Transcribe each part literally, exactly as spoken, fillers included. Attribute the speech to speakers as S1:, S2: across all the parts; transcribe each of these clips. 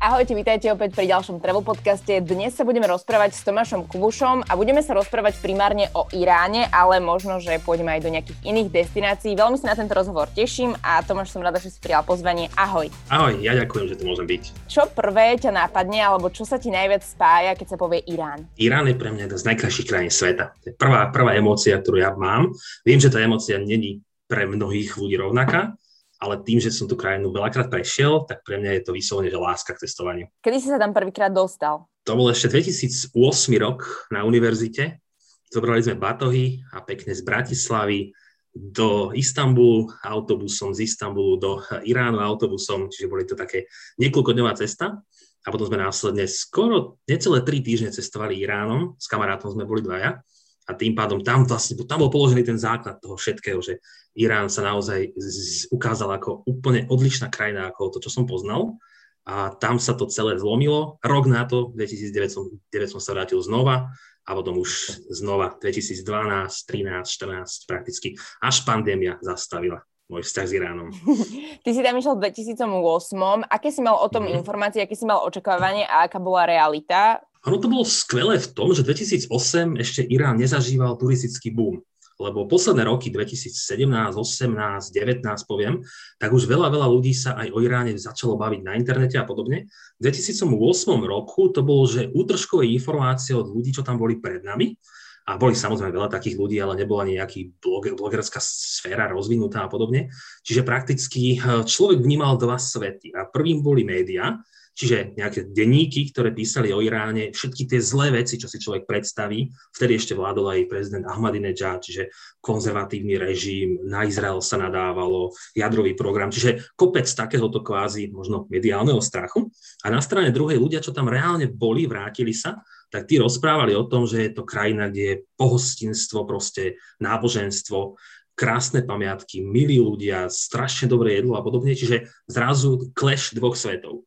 S1: Ahojte, vítajte opäť pri ďalšom travel podcaste. Dnes sa budeme rozprávať s Tomášom Kubušom a budeme sa rozprávať primárne o Iráne, ale možno, že pôjdeme aj do nejakých iných destinácií. Veľmi sa na tento rozhovor teším a Tomáš, som rada, že si prijal pozvanie. Ahoj.
S2: Ahoj, ja ďakujem, že tu môžem byť.
S1: Čo prvé ťa nápadne, alebo čo sa ti najviac spája, keď sa povie Irán?
S2: Irán je pre mňa jedna z najkrajších krajín sveta. To je prvá, prvá emócia, ktorú ja mám. Viem, že tá emócia není pre mnohých ľudí rovnaká, ale tým, že som tú krajinu veľakrát prešiel, tak pre mňa je to vyslovene, že láska k testovaniu.
S1: Kedy si sa tam prvýkrát dostal?
S2: To bol ešte dvetisícosem rok na univerzite. Zobrali sme batohy a pekne z Bratislavy do Istanbulu autobusom, z Istanbulu do Iránu autobusom, čiže boli to také niekoľkodňová cesta. A potom sme následne skoro necelé tri týždne cestovali Iránom, s kamarátom sme boli dvaja. A tým pádom tam vlastne, tam bol položený ten základ toho všetkého, že Irán sa naozaj z, ukázal ako úplne odlišná krajina ako to, čo som poznal. A tam sa to celé zlomilo. Rok na to, dvetisícdeväť som sa vrátil znova a potom už znova dvetisícdvanásť, trinásť, štrnásť prakticky. Až pandémia zastavila môj vzťah s Iránom.
S1: Ty si tam išiel v dvetisícosem. Aké si mal o tom mm-hmm. informácie, aké si mal očakávanie a aká bola realita?
S2: Ono to bolo skvelé v tom, že dvetisícosem ešte Irán nezažíval turistický boom, lebo posledné roky dvetisícsedemnásť, osemnásť, devätnásť poviem, tak už veľa, veľa ľudí sa aj o Iráne začalo baviť na internete a podobne. V dvetisícosem roku to bolo, že útržkové informácie od ľudí, čo tam boli pred nami, a boli samozrejme veľa takých ľudí, ale nebola nejaký blog, blogerská sféra rozvinutá a podobne. Čiže prakticky človek vnímal dva svety a prvým boli médiá, čiže nejaké denníky, ktoré písali o Iráne, všetky tie zlé veci, čo si človek predstaví. Vtedy ešte vládol aj prezident Ahmadinejad, čiže konzervatívny režim, na Izrael sa nadávalo, jadrový program, čiže kopec takéhoto kvázi možno mediálneho strachu. A na strane druhej ľudia, čo tam reálne boli, vrátili sa, tak tí rozprávali o tom, že je to krajina, kde je pohostinstvo, proste náboženstvo, krásne pamiatky, milí ľudia, strašne dobré jedlo a podobne, čiže zrazu clash dvoch svetov.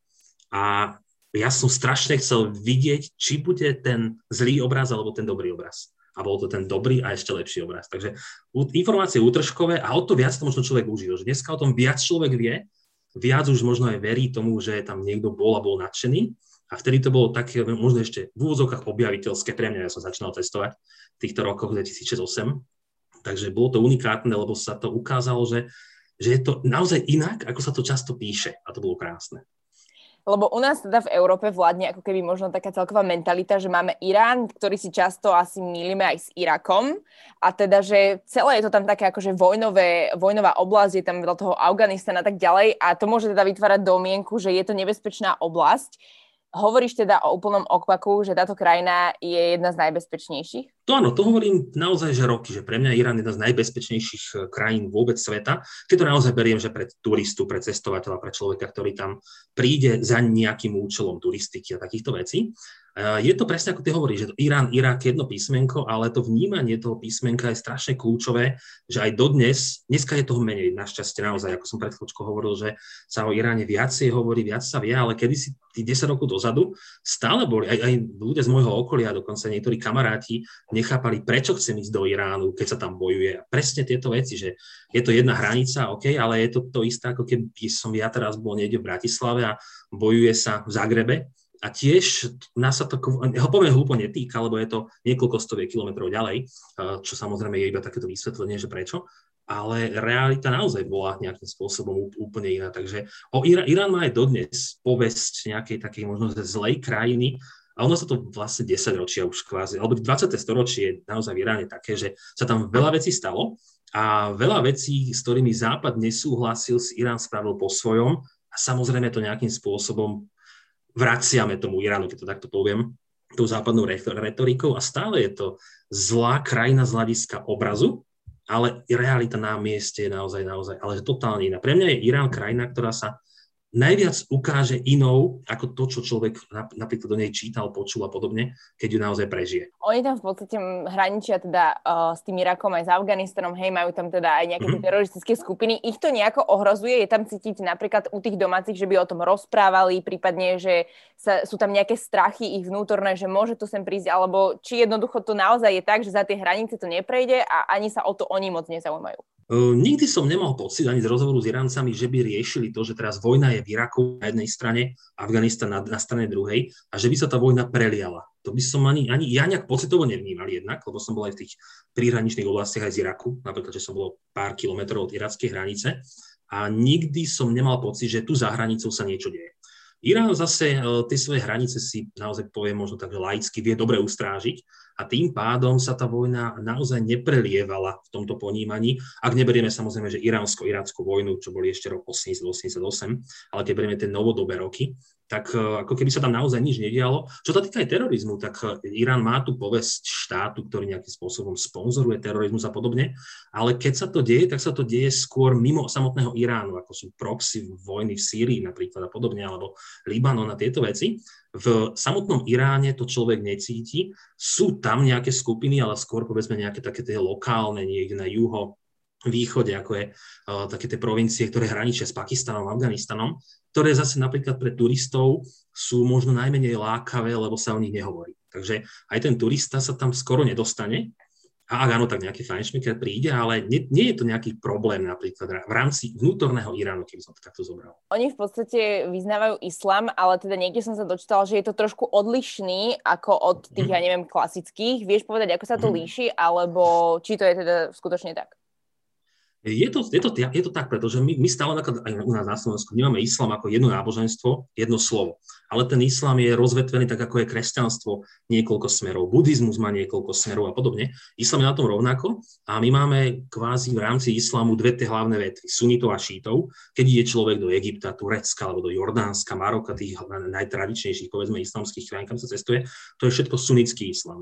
S2: A ja som strašne chcel vidieť, či bude ten zlý obraz alebo ten dobrý obraz. A bol to ten dobrý a ešte lepší obraz. Takže informácie útržkové a o to viac to možno človek užil. Že dneska o tom viac človek vie, viac už možno aj verí tomu, že tam niekto bol a bol nadšený. A vtedy to bolo také, možno ešte v úvodzovkách objaviteľské pre mňa. Ja som začínal testovať v týchto rokoch dvetisícosem. Takže bolo to unikátne, lebo sa to ukázalo, že, že je to naozaj inak, ako sa to často píše. A to bolo krásne.
S1: Lebo u nás teda v Európe vládne ako keby možno taká celková mentalita, že máme Irán, ktorý si často asi mýlime aj s Irakom. A teda, že celé je to tam také akože vojnové, vojnová oblasť, je tam veľa toho Afganistana a tak ďalej. A to môže teda vytvárať domienku, že je to nebezpečná oblasť. Hovoríš teda o úplnom opaku, že táto krajina je jedna z najbezpečnejších?
S2: To áno, to hovorím naozaj, že roky, že pre mňa Irán je jedna z najbezpečnejších krajín vôbec sveta, keď to naozaj beriem, že pre turistu, pre cestovateľa, pre človeka, ktorý tam príde za nejakým účelom turistiky a takýchto vecí. Je to presne ako ty hovoríš, že Irán, Irak je jedno písmenko, ale to vnímanie toho písmenka je strašne kľúčové, že aj dodnes, dneska je toho menej, našťastie naozaj, ako som pred chvíľočkou hovoril, že sa o Iráne viacej hovorí, viac sa vie, ale kedysi tých desať rokov dozadu stále boli, aj, aj ľudia z môjho okolia, dokonca niektorí kamaráti nechápali, prečo chcem ísť do Iránu, keď sa tam bojuje. A presne tieto veci, že je to jedna hranica, OK, ale je to to isté, ako keby som ja teraz bol niekde v Bratislave a bojuje sa v Zagrebe. A tiež nás sa to, ho poviem hlúpo netýka, lebo je to niekoľko stoviek kilometrov ďalej, čo samozrejme je iba takéto vysvetlenie, že prečo, ale realita naozaj bola nejakým spôsobom úplne iná. Takže o Irán, Irán má aj dodnes povesť nejakej takej možno zlej krajiny, a ono sa to vlastne desaťročia už kvázi, alebo dvadsiate storočie je naozaj v Iráne také, že sa tam veľa vecí stalo a veľa vecí, s ktorými Západ nesúhlasil, si Irán spravil po svojom a samozrejme to nejakým spôsobom vraciame tomu Iránu, keď to takto poviem, tou západnou retorikou a stále je to zlá krajina z hľadiska obrazu, ale realita na mieste je naozaj, naozaj, ale totálne iná. Pre mňa je Irán krajina, ktorá sa najviac ukáže inou ako to, čo človek napríklad do nej čítal, počul a podobne, keď ju naozaj prežije.
S1: Oni tam v podstate hraničia teda uh, s tým Irakom aj s Afganistanom, hej, majú tam teda aj nejaké mm-hmm. teroristické skupiny. Ich to nejako ohrozuje? Je tam cítiť napríklad u tých domácich, že by o tom rozprávali, prípadne, že sa, sú tam nejaké strachy ich vnútorné, že môže to sem prísť, alebo či jednoducho to naozaj je tak, že za tie hranice to neprejde a ani sa o to oni moc nezaujímajú?
S2: Uh, nikdy som nemal pocit ani z rozhovoru s Iráncami, že by riešili to, že teraz vojna je v Iraku na jednej strane, Afganistan na, na strane druhej a že by sa tá vojna preliala. To by som ani, ani ja nejak pocitovo nevnímal jednak, lebo som bol aj v tých príhraničných oblastiach aj z Iraku, napríklad, že som bol pár kilometrov od irackej hranice a nikdy som nemal pocit, že tu za hranicou sa niečo deje. Irán zase uh, tie svoje hranice si naozaj poviem možno tak, že laicky vie dobre ustrážiť. A tým pádom sa tá vojna naozaj neprelievala v tomto ponímaní. Ak neberieme samozrejme, že iránsko-irackú vojnu, čo boli ešte rok osemdesiat osemdesiatosem, ale keď berieme tie novodobé roky, tak ako keby sa tam naozaj nič nedialo. Čo sa týka aj terorizmu, tak Irán má tu povesť štátu, ktorý nejakým spôsobom sponzoruje terorizmus a podobne, ale keď sa to deje, tak sa to deje skôr mimo samotného Iránu, ako sú proxy vojny v Sýrii napríklad a podobne, alebo Libanon a tieto veci. V samotnom Iráne to človek necíti. Sú tam nejaké skupiny, ale skôr povedzme nejaké také tie lokálne, niekde na juho, východe, ako je uh, také tie provincie, ktoré hraničia s Pakistanom, Afganistanom, ktoré zase napríklad pre turistov sú možno najmenej lákavé, lebo sa o nich nehovorí. Takže aj ten turista sa tam skoro nedostane. A ak áno, tak nejaký fajnšmeker príde, ale nie, nie je to nejaký problém napríklad v rámci vnútorného Iránu, keby som to takto zobral.
S1: Oni v podstate vyznávajú islám, ale teda niekde som sa dočítala, že je to trošku odlišný ako od tých, mm. ja neviem, klasických. Vieš povedať, ako sa to mm. líši, alebo či to je teda skutočne tak?
S2: Je to, je, to, je to tak, pretože my, my stále aj u nás na Slovensku vnímame islám ako jedno náboženstvo, jedno slovo. Ale ten islám je rozvetvený tak, ako je kresťanstvo, niekoľko smerov. Buddhizmus má niekoľko smerov a podobne. Islám je na tom rovnako a my máme kvázi v rámci islámu dve tie hlavné vetvy, sunitov a šítov. Keď ide človek do Egypta, Turecka alebo do Jordánska, Maroka, tých najtradičnejších, povedzme, islamských krajín, kam sa cestuje, to je všetko sunnický islám.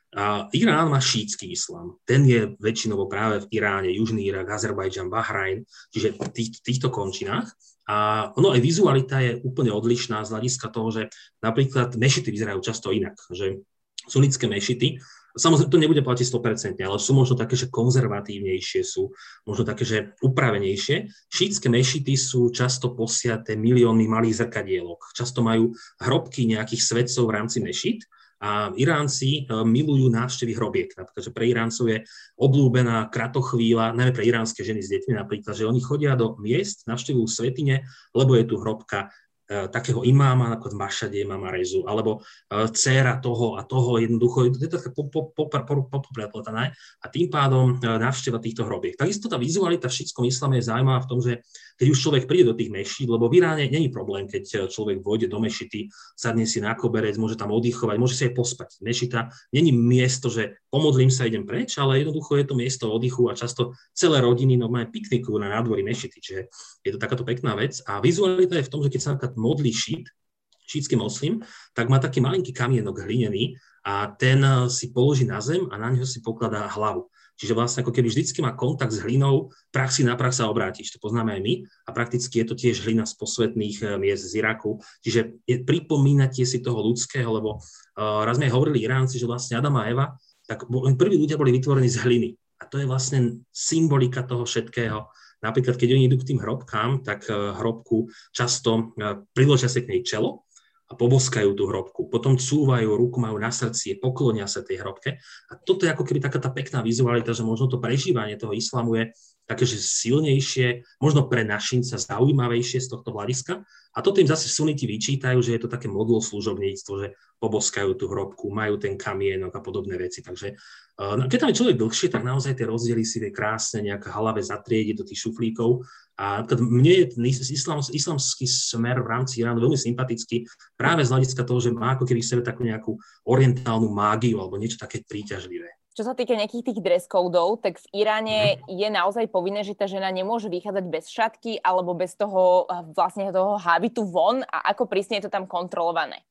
S2: A Irán má šítsky islám. Ten je väčšinovo práve v Iráne, Južný Irak, Azerbajdžan, Bahrajn, čiže v tých, týchto končinách. A ono aj vizualita je úplne odlišná z hľadiska toho, že napríklad mešity vyzerajú často inak. Že sunnické mešity, samozrejme to nebude platiť sto percent, ale sú možno také, že konzervatívnejšie, sú možno také, že upravenejšie. Šítske mešity sú často posiaté miliónmi malých zrkadielok. Často majú hrobky nejakých svetcov v rámci mešít. A Iránci milujú návštevy hrobiek. Napríklad, že pre Iráncov je obľúbená kratochvíľa, najmä pre iránske ženy s deťmi napríklad, že oni chodia do miest, navštevujú svätyne, lebo je tu hrobka takého imáma, napríklad Mašade, imáma Rezu, alebo dcéra toho a toho, jednoducho, je to taká poprepletené a tým pádom návšteva týchto hrobiek. Takisto tá vizualita v šítskom islame je zaujímavá v tom, že keď už človek príde do tých mešít, lebo v Iráne není problém, keď človek vôjde do mešity, sadne si na koberec, môže tam oddychovať, môže si aj pospať. Mešita není miesto, že pomodlím sa, idem preč, ale jednoducho je to miesto oddychu a často celé rodiny normálne piknikujú na nádvorí mešity, čiže je to takáto pekná vec. A vizualita je v tom, že keď sa napríklad modlí šít, šítsky moslim, tak má taký malinký kamienok hlinený a ten si položí na zem a na ňo si pokladá hlavu. Čiže vlastne ako keby vždycky má kontakt s hlinou, prach si na prach sa obrátiš, to poznáme aj my a prakticky je to tiež hlina z posvätných miest z Iraku. Čiže je, pripomínate si toho ľudského, lebo uh, raz mi hovorili Iránci, že vlastne Adam a Eva, tak prví ľudia boli vytvorení z hliny a to je vlastne symbolika toho všetkého. Napríklad, keď oni idú k tým hrobkám, tak uh, hrobku často uh, priložia sa k nej čelo a poboskajú tú hrobku. Potom cúvajú, ruku majú na srdci, poklonia sa tej hrobke. A toto je ako keby taká tá pekná vizualita, že možno to prežívanie toho islamu je také, že silnejšie, možno pre našinca zaujímavejšie z tohto hľadiska. A toto im zase suniti vyčítajú, že je to také modul služobníctvo, že poboskajú tú hrobku, majú ten kamienok a podobné veci. Takže keď tam je človek dlhšie, tak naozaj tie rozdiely si vie krásne nejak halave zatriediť do tých šuflíkov. A mne je ten islam, islamský smer v rámci Iránu veľmi sympatický práve z hľadiska toho, že má ako keby v sebe takú nejakú orientálnu mágiu alebo niečo také príťažlivé.
S1: Čo sa týka nejakých tých dress códov, tak v Iráne mm. je naozaj povinné, že tá žena nemôže vychádzať bez šatky alebo bez toho vlastne toho hábitu von a ako prísne je to tam kontrolované?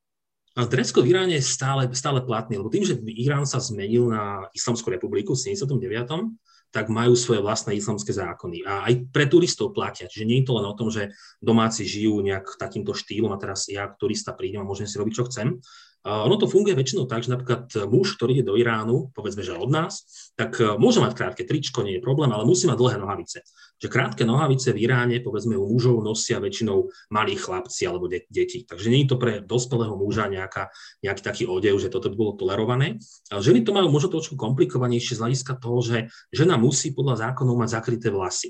S2: A dress code v Iráne je stále, stále platný, lebo tým, že Irán sa zmenil na Islamskú republiku v sedemdesiatom deviatom tak majú svoje vlastné islamské zákony. A aj pre turistov platia. Čiže nie je to len o tom, že domáci žijú nejak takýmto štýlom a teraz ja ako turista prídem a môžem si robiť, čo chcem. Ono to funguje väčšinou tak, že napríklad muž, ktorý ide do Iránu, povedzme, že od nás, tak môže mať krátke tričko, nie je problém, ale musí mať dlhé nohavice. Že krátke nohavice v Iráne, povedzme, u mužov nosia väčšinou malí chlapci alebo de- deti. Takže nie je to pre dospelého muža nejaká, nejaký taký odev, že toto by bolo tolerované. Ženy to majú možno trošku komplikovanejšie z hľadiska toho, že žena musí podľa zákonov mať zakryté vlasy.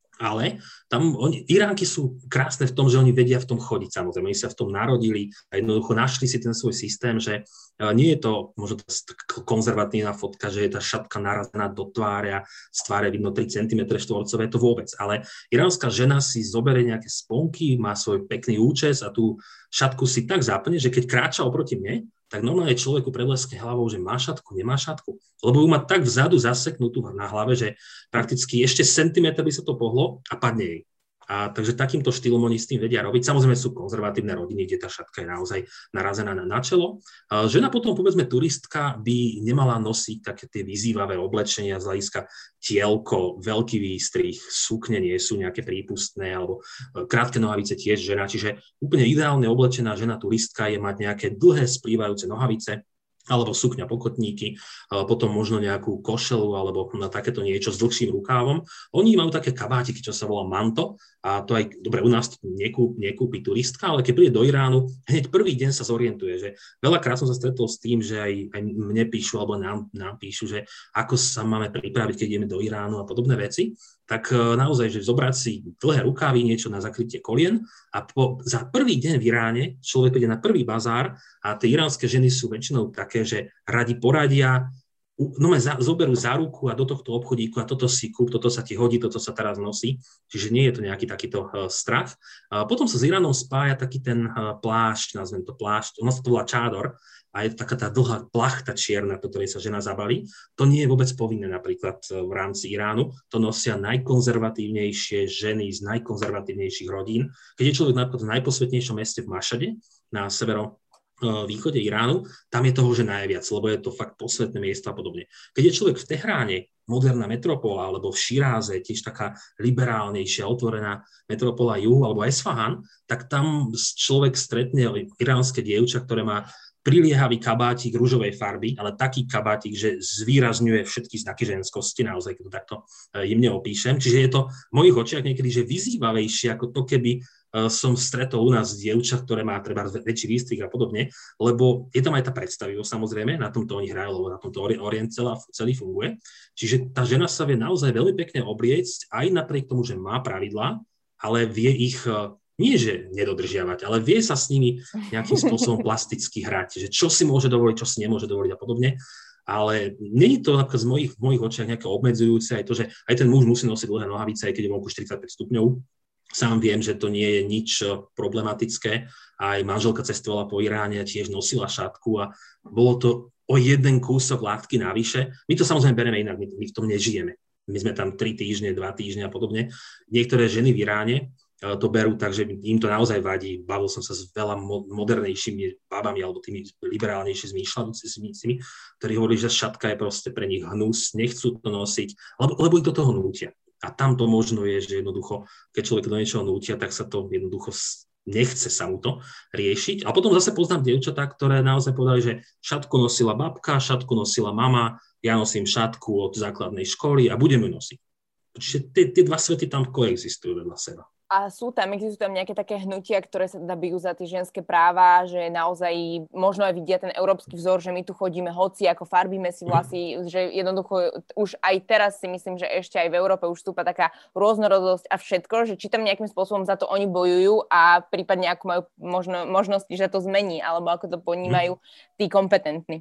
S2: Ale tam oni, Iránky sú krásne v tom, že oni vedia v tom chodiť, samozrejme. Oni sa v tom narodili a jednoducho našli si ten svoj systém, že nie je to možno konzervatívna fotka, že je tá šatka narazená do tváre a z tváre vidno tri centimetre štvorcové, to vôbec. Ale iránska žena si zoberie nejaké sponky, má svoj pekný účes a tú šatku si tak zapne, že keď kráča oproti mne, tak normálne človeku predleskne hlavou, že má šatku, nemá šatku. Lebo ju má tak vzadu zaseknutú na hlave, že prakticky ešte centimetr by sa to pohlo a padne jej. A takže takýmto štýlom oni s tým vedia robiť. Samozrejme sú konzervatívne rodiny, kde tá šatka je naozaj narazená na, na čelo. A žena potom, povedzme, turistka by nemala nosiť také tie vyzývavé oblečenia z hľadiska tielko, veľký výstrih, sukne nie sú nejaké prípustné, alebo krátke nohavice tiež žena. Čiže úplne ideálne oblečená žena turistka je mať nejaké dlhé splývajúce nohavice, alebo sukňa pokotníky, potom možno nejakú košelu alebo na takéto niečo s dlhším rukávom. Oni majú také kabátiky, čo sa volá manto a to aj, dobre, u nás nekú, nekúpi turistka, ale keď príde do Iránu, hneď prvý deň sa zorientuje, že veľakrát som sa stretol s tým, že aj, aj mne píšu alebo nám, nám píšu, že ako sa máme pripraviť, keď ideme do Iránu a podobné veci, tak naozaj, že zobrať si dlhé rukávy, niečo na zakrytie kolien a po, za prvý deň v Iráne človek príde na prvý bazár a tie iránske ženy sú väčšinou také, že radi poradia, no ma za, zoberú za ruku a do tohto obchodíku a toto si kúp, toto sa ti hodí, toto sa teraz nosí. Čiže nie je to nejaký takýto uh, strach. Uh, potom sa s Iránom spája taký ten uh, plášť, nazvem to plášť, ono sa to volá čádor, a je to taká tá dlhá plachta čierna, do ktorej sa žena zabalí. To nie je vôbec povinné napríklad v rámci Iránu. To nosia najkonzervatívnejšie ženy z najkonzervatívnejších rodín. Keď je človek napríklad v najposvetnejšom meste v Mašade, na severovýchode Iránu, tam je toho, že najviac, lebo je to fakt posvetné miesto a podobne. Keď je človek v Tehráne, moderná metropola, alebo v Širáze, tiež taká liberálnejšia, otvorená metropola juhu, alebo Esfahan, tak tam človek stretne iránske dievča, ktoré má priliehavý kabátik ružovej farby, ale taký kabátik, že zvýrazňuje všetky znaky ženskosti, naozaj, keď to takto jemne opíšem. Čiže je to v mojich očiach niekedy že vyzývavejšie, ako to, keby som stretol u nás dievča, ktoré má treba väčší výstrih a podobne, lebo je tam aj tá predstavivosť, samozrejme, na tomto oni hrajú, lebo na tomto orient celá, celý funguje. Čiže tá žena sa vie naozaj veľmi pekne obliecť, aj napriek tomu, že má pravidlá, ale vie ich nie že nedodržiavať, ale vie sa s nimi nejakým spôsobom plasticky hrať, že čo si môže dovoliť, čo si nemôže dovoliť a podobne. Ale nie je to napríklad z mojich, v mojich očiach nejaké obmedzujúce, aj to, že aj ten muž musí nosiť dlhé nohavice, aj keď je vonku štyridsaťpäť stupňov. Sám viem, že to nie je nič problematické. Aj manželka cestovala po Iráne a tiež nosila šatku a bolo to o jeden kúsok látky navyše. My to samozrejme bereme inak, my, my v tom nežijeme. My sme tam tri týždne, dva týždne a podobne. Niektoré ženy v Iráne to berú, takže im to naozaj vadí. Bavil som sa s veľa modernejšími babami alebo tými liberálnejšie zmýšľajúcimi, ktorí hovorili, že šatka je proste pre nich hnus, nechcú to nosiť, lebo, lebo ich do toho nútia. A tam to možno je, že jednoducho, keď človek do niečoho nútia, tak sa to jednoducho nechce sa mu to riešiť. A potom zase poznám dievčatá, ktoré naozaj povedali, že šatku nosila babka, šatku nosila mama, ja nosím šatku od základnej školy a budem ju nosiť. Čiže tie, tie dva svety tam koexistujú vedľa seba.
S1: A sú tam, existujú tam nejaké také hnutia, ktoré sa teda bijú za tie ženské práva, že naozaj možno aj vidia ten európsky vzor, že my tu chodíme hoci, ako farbíme si vlasy, že jednoducho už aj teraz si myslím, že ešte aj v Európe už vstúpa taká rôznorodosť a všetko, že či tam nejakým spôsobom za to oni bojujú a prípadne ako majú možno, možnosti, že to zmení, alebo ako to ponímajú tí kompetentní.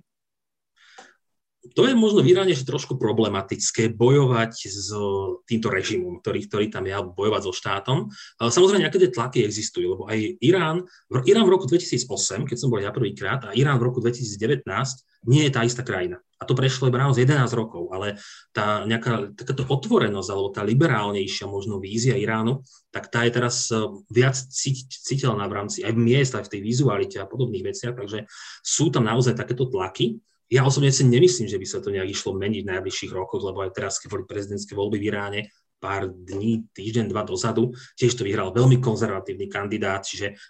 S2: To je možno v Iráne trošku problematické bojovať s týmto režimom, ktorý, ktorý tam je, alebo bojovať so štátom. Samozrejme, nejaké tie tlaky existujú, lebo aj Irán, Irán v roku dvetisícosem, keď som bol ja prvýkrát, a Irán v roku dvetisícdevätnásť nie je tá istá krajina. A to prešlo iba naozaj jedenásť rokov, ale tá nejaká takáto otvorenosť, alebo tá liberálnejšia možno vízia Iránu, tak tá je teraz viac citeľná v rámci aj miest, aj v tej vizualite a podobných veciach, takže sú tam naozaj takéto tlaky. Ja osobne si nemyslím, že by sa to nejak išlo meniť v najbližších rokoch, lebo aj teraz, keď boli prezidentské voľby v Iráne, pár dní, týždeň, dva dozadu, tiež to vyhral veľmi konzervatívny kandidát, čiže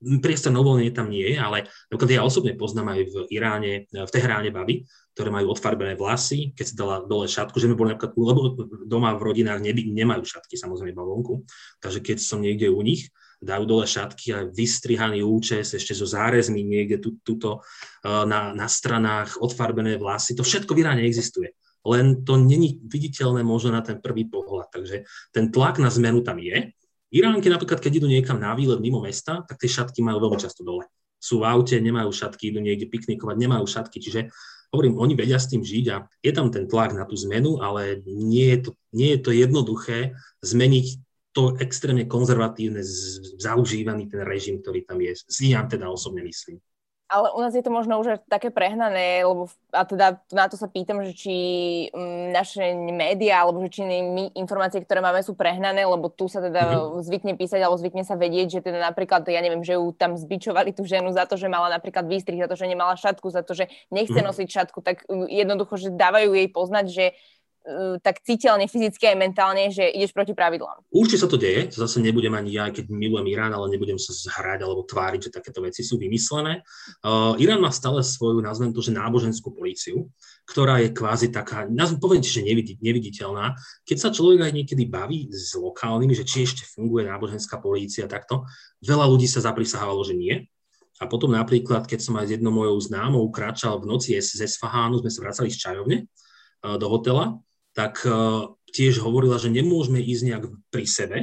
S2: priestor na uvoľnenie tam nie je, ale napríklad ja osobne poznám aj v Iráne, v Tehráne baby, ktoré majú odfarbené vlasy, keď si dala dole šatku, že mi boli napríklad, lebo doma v rodinách neby, nemajú šatky, samozrejme iba vonku, takže keď som niekde u nich, dajú dole šatky a vystrihaný účes, ešte so zárezmi niekde tu, tuto na, na stranách, odfarbené vlasy, to všetko v Iráne existuje. Len to není viditeľné možno na ten prvý pohľad, takže ten tlak na zmenu tam je. Iránky napríklad, keď idú niekam na výlet mimo mesta, tak tie šatky majú veľmi často dole. Sú v aute, nemajú šatky, idú niekde piknikovať, nemajú šatky, čiže hovorím, oni vedia s tým žiť a je tam ten tlak na tú zmenu, ale nie je to, nie je to jednoduché zmeniť to extrémne konzervatívne, zaužívaný ten režim, ktorý tam je. Si ja teda osobne myslím.
S1: Ale u nás je to možno už také prehnané, lebo a teda na to sa pýtam, že či m, naše médiá, alebo že či my informácie, ktoré máme, sú prehnané, lebo tu sa teda mm-hmm. zvykne písať, alebo zvykne sa vedieť, že teda napríklad, ja neviem, že ju tam zbičovali tú ženu za to, že mala napríklad výstrih, za to, že nemala šatku, za to, že nechce mm-hmm. nosiť šatku, tak jednoducho, že dávajú jej poznať, že tak citeľne, fyzicky aj mentálne, že ideš proti pravidlám.
S2: Určite sa to deje, zase nebudem ani ja, keď milujem Irán, ale nebudem sa zhrať alebo tváriť, že takéto veci sú vymyslené. Uh, Irán má stále svoju, nazvem to, že náboženskú políciu, ktorá je kvázi taká, poviem ti, že nevidí, neviditeľná. Keď sa človek aj niekedy baví s lokálnymi, že či ešte funguje náboženská polícia takto, veľa ľudí sa zaprisahávalo, že nie. A potom napríklad, keď som aj s jednou mojou známou kráčal v noci z Esfahánu, sme sa vracali z čajovne uh, do hotela, tak uh, tiež hovorila, že nemôžeme ísť nejak pri sebe,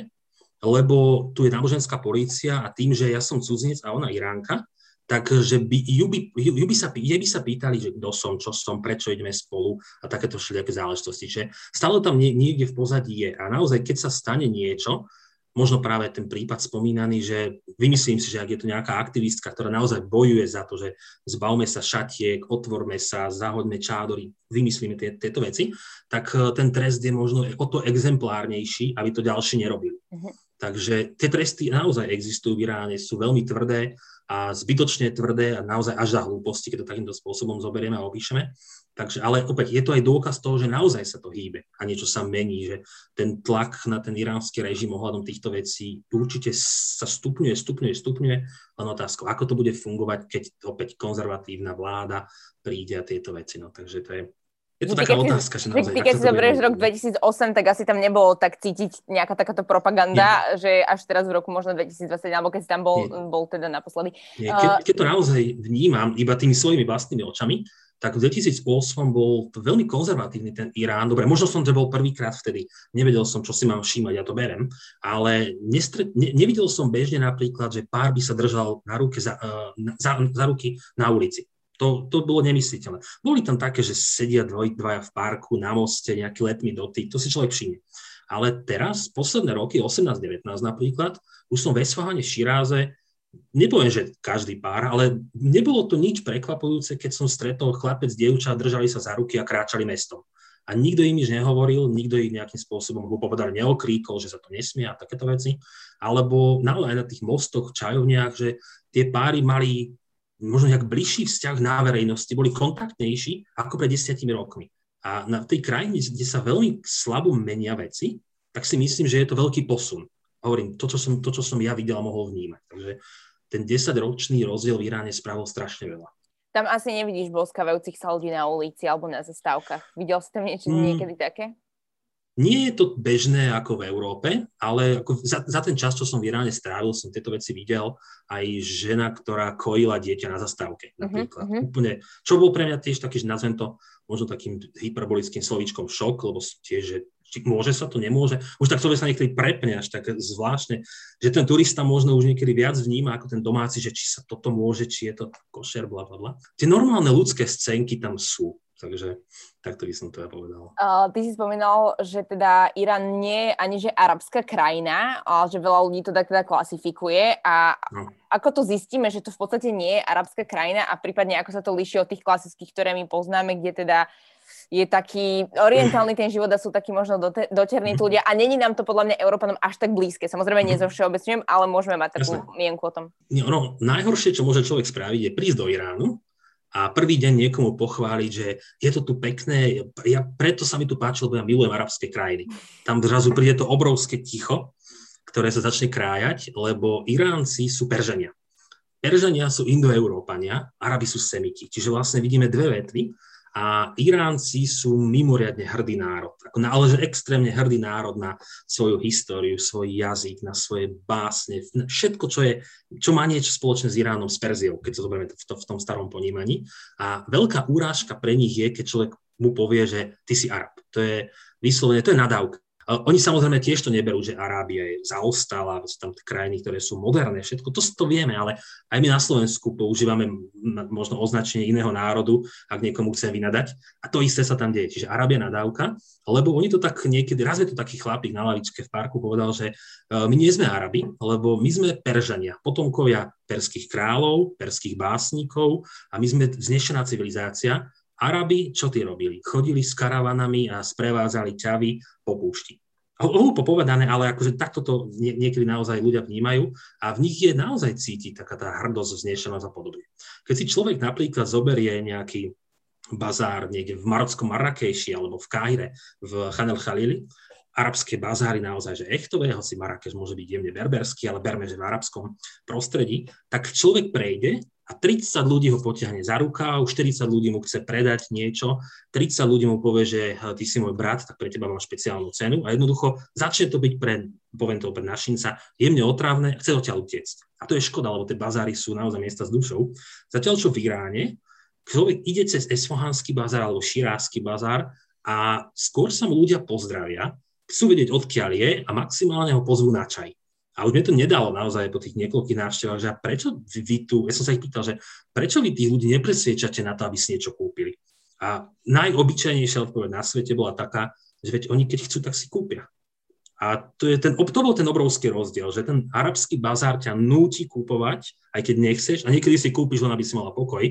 S2: lebo tu je náboženská polícia a tým, že ja som cudzinec a ona Iránka, tak že by, ju, by, ju, ju by sa, jej by sa pýtali, že kto som, čo som, prečo ideme spolu a takéto všelijaké záležitosti. Čiže stále tam nie, niekde v pozadí je. A naozaj, keď sa stane niečo, možno práve ten prípad spomínaný, že vymyslím si, že ak je to nejaká aktivistka, ktorá naozaj bojuje za to, že zbavme sa šatiek, otvorme sa, zahoďme čádory, vymyslíme tie, tieto veci, tak ten trest je možno o to exemplárnejší, aby to ďalší nerobili. Uh-huh. Takže tie tresty naozaj existujú v Iráne, sú veľmi tvrdé a zbytočne tvrdé a naozaj až za hlúposti, keď to takýmto spôsobom zoberieme a opíšeme. Takže, ale opäť je to aj dôkaz toho, že naozaj sa to hýbe a niečo sa mení, že ten tlak na ten iránsky režim ohľadom týchto vecí určite sa stupňuje, stupňuje, stupňuje, len otázka, ako to bude fungovať, keď opäť konzervatívna vláda príde a tieto veci. No, takže to je, je to taká otázka, že naozaj...
S1: Keď si zoberieš rok dvetisícosem, tak asi tam nebolo tak cítiť nejaká takáto propaganda, nie. Že až teraz v roku možno dvetisícdvadsať, alebo keď si tam bol, bol teda naposledy.
S2: Nie, keď, keď to naozaj vnímam iba tými svojimi vlastnými očami, tak v dvetisícosem bol to veľmi konzervatívny ten Irán. Dobre, možno som to bol prvýkrát vtedy, nevedel som, čo si mám všímať, ja to berem, ale nestre, ne, nevidel som bežne napríklad, že pár by sa držal na ruke za, za, za ruky na ulici. To, to bolo nemysliteľné. Boli tam také, že sedia dvoj, dvaja v parku, na moste, nejaký letný dotyk, to si človek všimne. Ale teraz, posledné roky, osemnásť devätnásť napríklad, už som v Esfahane, Širáze, nepoviem, že každý pár, ale nebolo to nič prekvapujúce, keď som stretol chlapec, dievča, držali sa za ruky a kráčali mestom. A nikto im nič nehovoril, nikto ich nejakým spôsobom hlúpo povedal, neokríkol, že sa to nesmie a takéto veci. Alebo naozaj na tých mostoch, čajovniach, že tie páry mali možno nejak bližší vzťah na verejnosti, boli kontaktnejší ako pred desiatimi rokmi. A na tej krajine, kde sa veľmi slabo menia veci, tak si myslím, že je to veľký posun. Hovorím, to čo, som, to, čo som ja videl a mohol vnímať. Takže ten desaťročný rozdiel v Iráne spravil strašne veľa.
S1: Tam asi nevidíš boskavajúcich sa ľudí na ulici alebo na zastávkach. Videl si tam niečo mm. niekedy také?
S2: Nie je to bežné ako v Európe, ale ako za, za ten čas, čo som v Iráne strávil, som tieto veci videl. Aj žena, ktorá kojila dieťa na zastávke. Napríklad. Uh-huh. Úplne, čo bol pre mňa tiež taký, že nazvem to možno takým hyperbolickým slovíčkom šok, lebo tiež, že či môže sa to, nemôže. Už tak to sa niekedy prepne až tak zvláštne, že ten turista možno už niekedy viac vníma ako ten domáci, že či sa toto môže, či je to košer, blablabla. Tie normálne ľudské scénky tam sú. Takže takto by som to ja povedal.
S1: Uh, ty si spomínal, že teda Irán nie je ani že arabská krajina, ale že veľa ľudí to tak teda klasifikuje. A no. Ako to zistíme, že to v podstate nie je arabská krajina a prípadne ako sa to líši od tých klasických, ktoré my poznáme, kde teda je taký orientálny ten život a sú takí možno dote- doterní ľudia a není nám to podľa mňa Európanom až tak blízke. Samozrejme nie zo všeobecňujem, ale môžeme mať takú Jasne. mienku o tom.
S2: Nie, ono, najhoršie, čo môže človek spraviť, je prísť do Iránu a prvý deň niekomu pochváliť, že je to tu pekné, ja, preto sa mi tu páčilo, lebo ja milujem arabské krajiny. Tam zrazu príde to obrovské ticho, ktoré sa začne krájať, lebo Iránci sú Peržania. Peržania sú Indoeurópania, Arabi sú Semiti. Čiže vlastne vidíme dve vetvy a Iránci sú mimoriadne hrdý národ. Ako, ale že extrémne hrdý národ na svoju históriu, svoj jazyk, na svoje básne, všetko, čo, je, čo má niečo spoločné s Iránom, s Perziou, keď to zoberieme v, to, v tom starom ponímaní. A veľká urážka pre nich je, keď človek mu povie, že ty si Arab. To je vyslovene, to je nadávka. Oni samozrejme tiež to neberú, že Arábia je zaostala, sú tam krajiny, ktoré sú moderné, všetko, to, to vieme, ale aj my na Slovensku používame možno označenie iného národu, ak niekomu chce vynadať. A to isté sa tam deje. Čiže Arábia nadávka, lebo oni to tak niekedy, raz je to taký chlapík na lavičke v parku povedal, že my nie sme Arabi, lebo my sme Peržania, potomkovia perských kráľov, perských básnikov a my sme vznešená civilizácia. Arabi, čo tí robili? Chodili s karavanami a sprevádzali ťavy po púšti. Hlúpo povedané, ale akože takto to nie, niekedy naozaj ľudia vnímajú a v nich je naozaj cítiť taká tá hrdosť, vznešenosť a podobne. Keď si človek napríklad zoberie nejaký bazár niekde v marockom Marrakeši alebo v Káhire, v Khan el-Khalili, arabské bazáry naozaj, že echtové, hoci Marrakeš môže byť jemne berberský, ale berme, že v arabskom prostredí, tak človek prejde a tridsať ľudí ho potiahne za rukáv, štyridsať ľudí mu chce predať niečo, tridsať ľudí mu povie, že ty si môj brat, tak pre teba mám špeciálnu cenu a jednoducho začne to byť pre, poviem to pre našinca, jemne otrávne a chce odtiaľ utiecť. A to je škoda, lebo tie bazáry sú naozaj miesta s dušou. Zatiaľ, čo v Iráne, človek ide cez Esfahánsky bazár alebo Širáský bazár a skôr sa mu ľudia pozdravia, chcú vedieť, odkiaľ je a maximálne ho pozvú na čaj. A už mi to nedalo naozaj po tých niekoľkých návštevách, že prečo vy tu, ja som sa ich pýtal, že prečo vy tých ľudí nepresviečate na to, aby si niečo kúpili. A najobyčajnejšia odpoveď na svete bola taká, že veď oni keď chcú, tak si kúpia. A to, je ten, to bol ten obrovský rozdiel, že ten arabský bazár ťa núti kúpovať, aj keď nechceš, a niekedy si kúpiš len, aby si mala pokoj.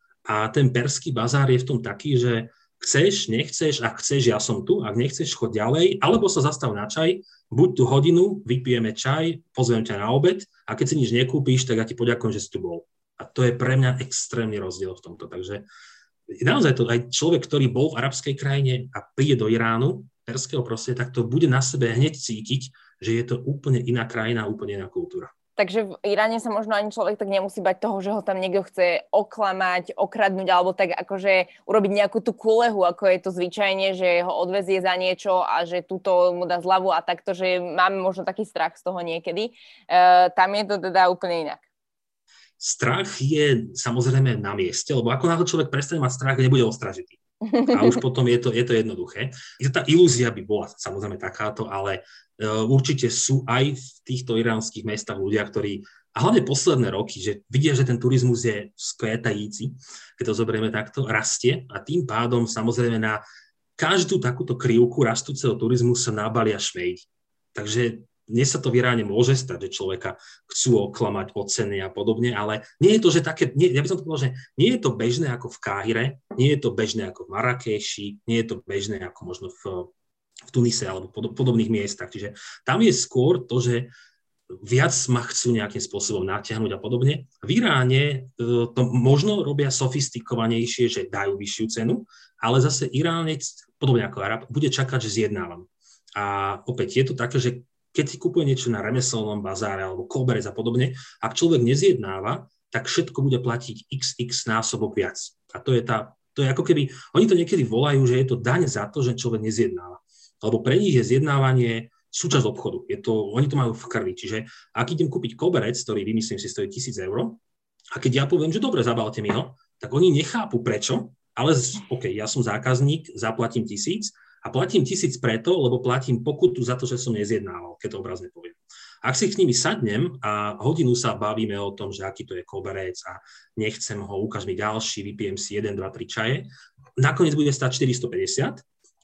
S2: A ten perský bazár je v tom taký, že chceš, nechceš, ak chceš, ja som tu, ak nechceš, choď ďalej, alebo sa zastav na čaj, buď tú hodinu, vypijeme čaj, pozvem ťa na obed a keď si nič nekúpíš, tak ja ti poďakujem, že si tu bol. A to je pre mňa extrémny rozdiel v tomto. Takže naozaj to aj človek, ktorý bol v arabskej krajine a príde do Iránu, perského prostredia, tak to bude na sebe hneď cítiť, že je to úplne iná krajina, úplne iná kultúra. Takže v Iráne sa možno ani človek tak nemusí bať toho, že ho tam niekto chce oklamať, okradnúť, alebo tak akože urobiť nejakú tú kulehu, ako je to zvyčajne, že ho odvezie za niečo a že túto mu dá zľavu a takto, že máme možno taký strach z toho niekedy. E, tam je to teda úplne inak. Strach je samozrejme na mieste, lebo ako náhle človek prestane mať strach, nebude ostražitý. A už potom je to, je to jednoduché. Tá ilúzia by bola samozrejme takáto, ale určite sú aj v týchto iránskych mestách ľudia, ktorí, a hlavne posledné roky, že vidia, že ten turizmus je skvétajíci, keď to zoberieme takto, rastie a tým pádom samozrejme na každú takúto krivku rastúceho turizmu sa nabalia šmejdi. Takže dnes sa to v Iráne môže stať, že človeka chcú oklamať o ceny a podobne, ale nie je to, že také, nie, ja by som to povedal, že nie je to bežné ako v Káhire, nie je to bežné ako v Marrakeši, nie je to bežné ako možno v v Tunise alebo v podobných miestach. Čiže tam je skôr to, že viac ma chcú nejakým spôsobom natiahnuť a podobne. V Iráne to možno robia sofistikovanejšie, že dajú vyššiu cenu, ale zase Iránec, podobne ako Arab, bude čakať, že zjednávam. A opäť je to také, že keď si kupuje niečo na remeselnom bazáre alebo koberec a podobne, ak človek nezjednáva, tak všetko bude platiť iks iks násobok viac. A to je tá, to je ako keby, oni to niekedy volajú, že je to daň za to, že človek nezjednáva. Lebo pre nich je zjednávanie súčasť obchodu. Je to, oni to majú v krvi. Čiže ak idem kúpiť koberec, ktorý vymyslím si stojí tisíc eur, a keď ja poviem, že dobre, zabalte mi ho, tak oni nechápu prečo, ale OK, ja som zákazník, zaplatím tisíc a platím tisíc preto, lebo platím pokutu za to, že som nezjednával, keď to obrazne poviem. Ak si k nimi sadnem a hodinu sa bavíme o tom, že aký to je koberec a nechcem ho, ukáž mi ďalší, vypijem si jeden, dva, tri čaje, nakoniec bude stať štyristopäťdesiat